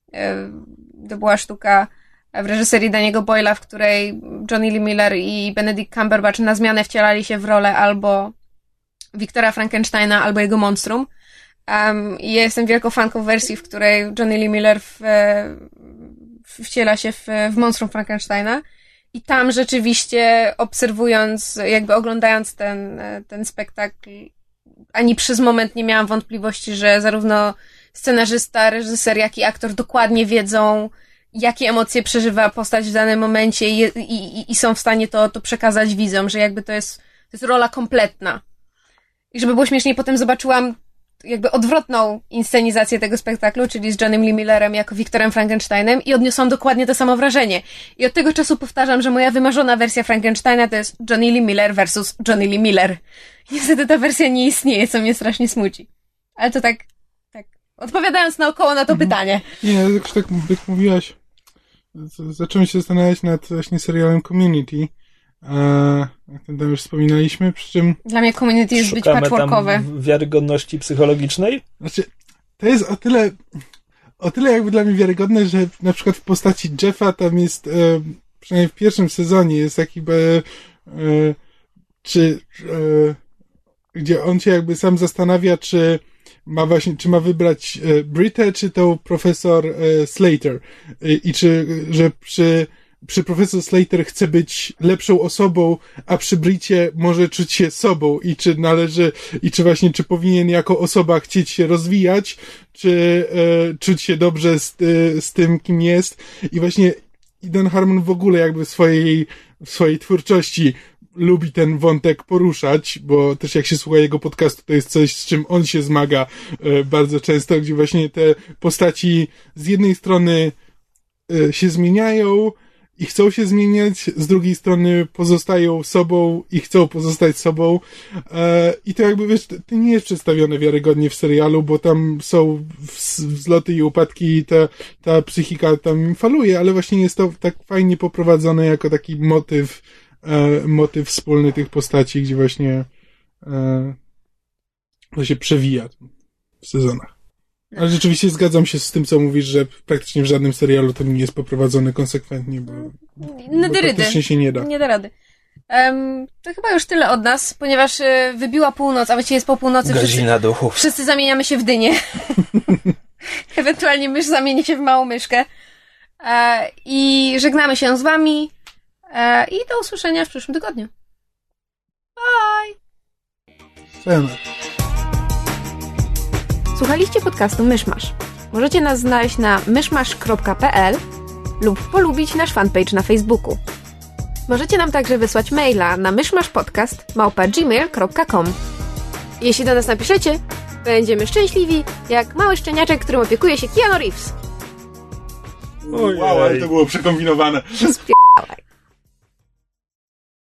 To była sztuka w reżyserii Danny'ego Boyla, w której Johnny Lee Miller i Benedict Cumberbatch na zmianę wcielali się w rolę albo Wiktora Frankensteina, albo jego monstrum. I ja jestem wielką fanką wersji, w której Johnny Lee Miller wciela się w monstrum Frankensteina. I tam rzeczywiście obserwując, jakby oglądając ten spektakl, ani przez moment nie miałam wątpliwości, że zarówno scenarzysta, reżyser, jak i aktor dokładnie wiedzą, jakie emocje przeżywa postać w danym momencie i są w stanie to przekazać widzom, że jakby to jest rola kompletna. I żeby było śmieszniej, potem zobaczyłam jakby odwrotną inscenizację tego spektaklu, czyli z Johnnym Lee Millerem jako Wiktorem Frankensteinem i odniosłam dokładnie to samo wrażenie. I od tego czasu powtarzam, że moja wymarzona wersja Frankensteina to jest Johnny Lee Miller versus Johnny Lee Miller. Niestety ta wersja nie istnieje, co mnie strasznie smuci. Ale to tak odpowiadając naokoło na to pytanie. Nie, jak mówiłaś, zacząłem się zastanawiać nad właśnie serialem Community. Jak tam już wspominaliśmy, przy czym... Dla mnie Community jest zbyt patchworkowe. Tam wiarygodności psychologicznej? Znaczy, to jest o tyle jakby dla mnie wiarygodne, że na przykład w postaci Jeffa tam jest, przynajmniej w pierwszym sezonie jest taki gdzie on się jakby sam zastanawia, czy ma wybrać Britę, czy tą profesor Slater. I że przy profesor Slater chce być lepszą osobą, a przy Bricie może czuć się sobą czy powinien jako osoba chcieć się rozwijać, czy czuć się dobrze z tym, kim jest. I właśnie Dan Harmon w ogóle jakby w swojej twórczości lubi ten wątek poruszać, bo też jak się słucha jego podcastu, to jest coś, z czym on się zmaga bardzo często, gdzie właśnie te postaci z jednej strony się zmieniają i chcą się zmieniać, z drugiej strony pozostają sobą i chcą pozostać sobą. I to jakby, wiesz, to nie jest przedstawione wiarygodnie w serialu, bo tam są wzloty i upadki i ta psychika tam faluje, ale właśnie jest to tak fajnie poprowadzone jako taki motyw wspólny tych postaci, gdzie właśnie to się przewija w sezonach. Ale rzeczywiście zgadzam się z tym, co mówisz, że praktycznie w żadnym serialu to nie jest poprowadzone konsekwentnie, bo praktycznie się nie da. Nie da rady. To chyba już tyle od nas, ponieważ wybiła północ, a właściwie jest po północy. Godzina duchów. Wszyscy zamieniamy się w dynię. Ewentualnie mysz zamieni się w małą myszkę. I żegnamy się z wami. I do usłyszenia w przyszłym tygodniu. Bye! Fajne. Słuchaliście podcastu Myszmasz. Możecie nas znaleźć na myszmasz.pl lub polubić nasz fanpage na Facebooku. Możecie nam także wysłać maila na myszmaszpodcast@gmail.com. Jeśli do nas napiszecie, będziemy szczęśliwi jak mały szczeniaczek, którym opiekuje się Keanu Reeves. Wow, ale to było przekombinowane. Spierdalaj.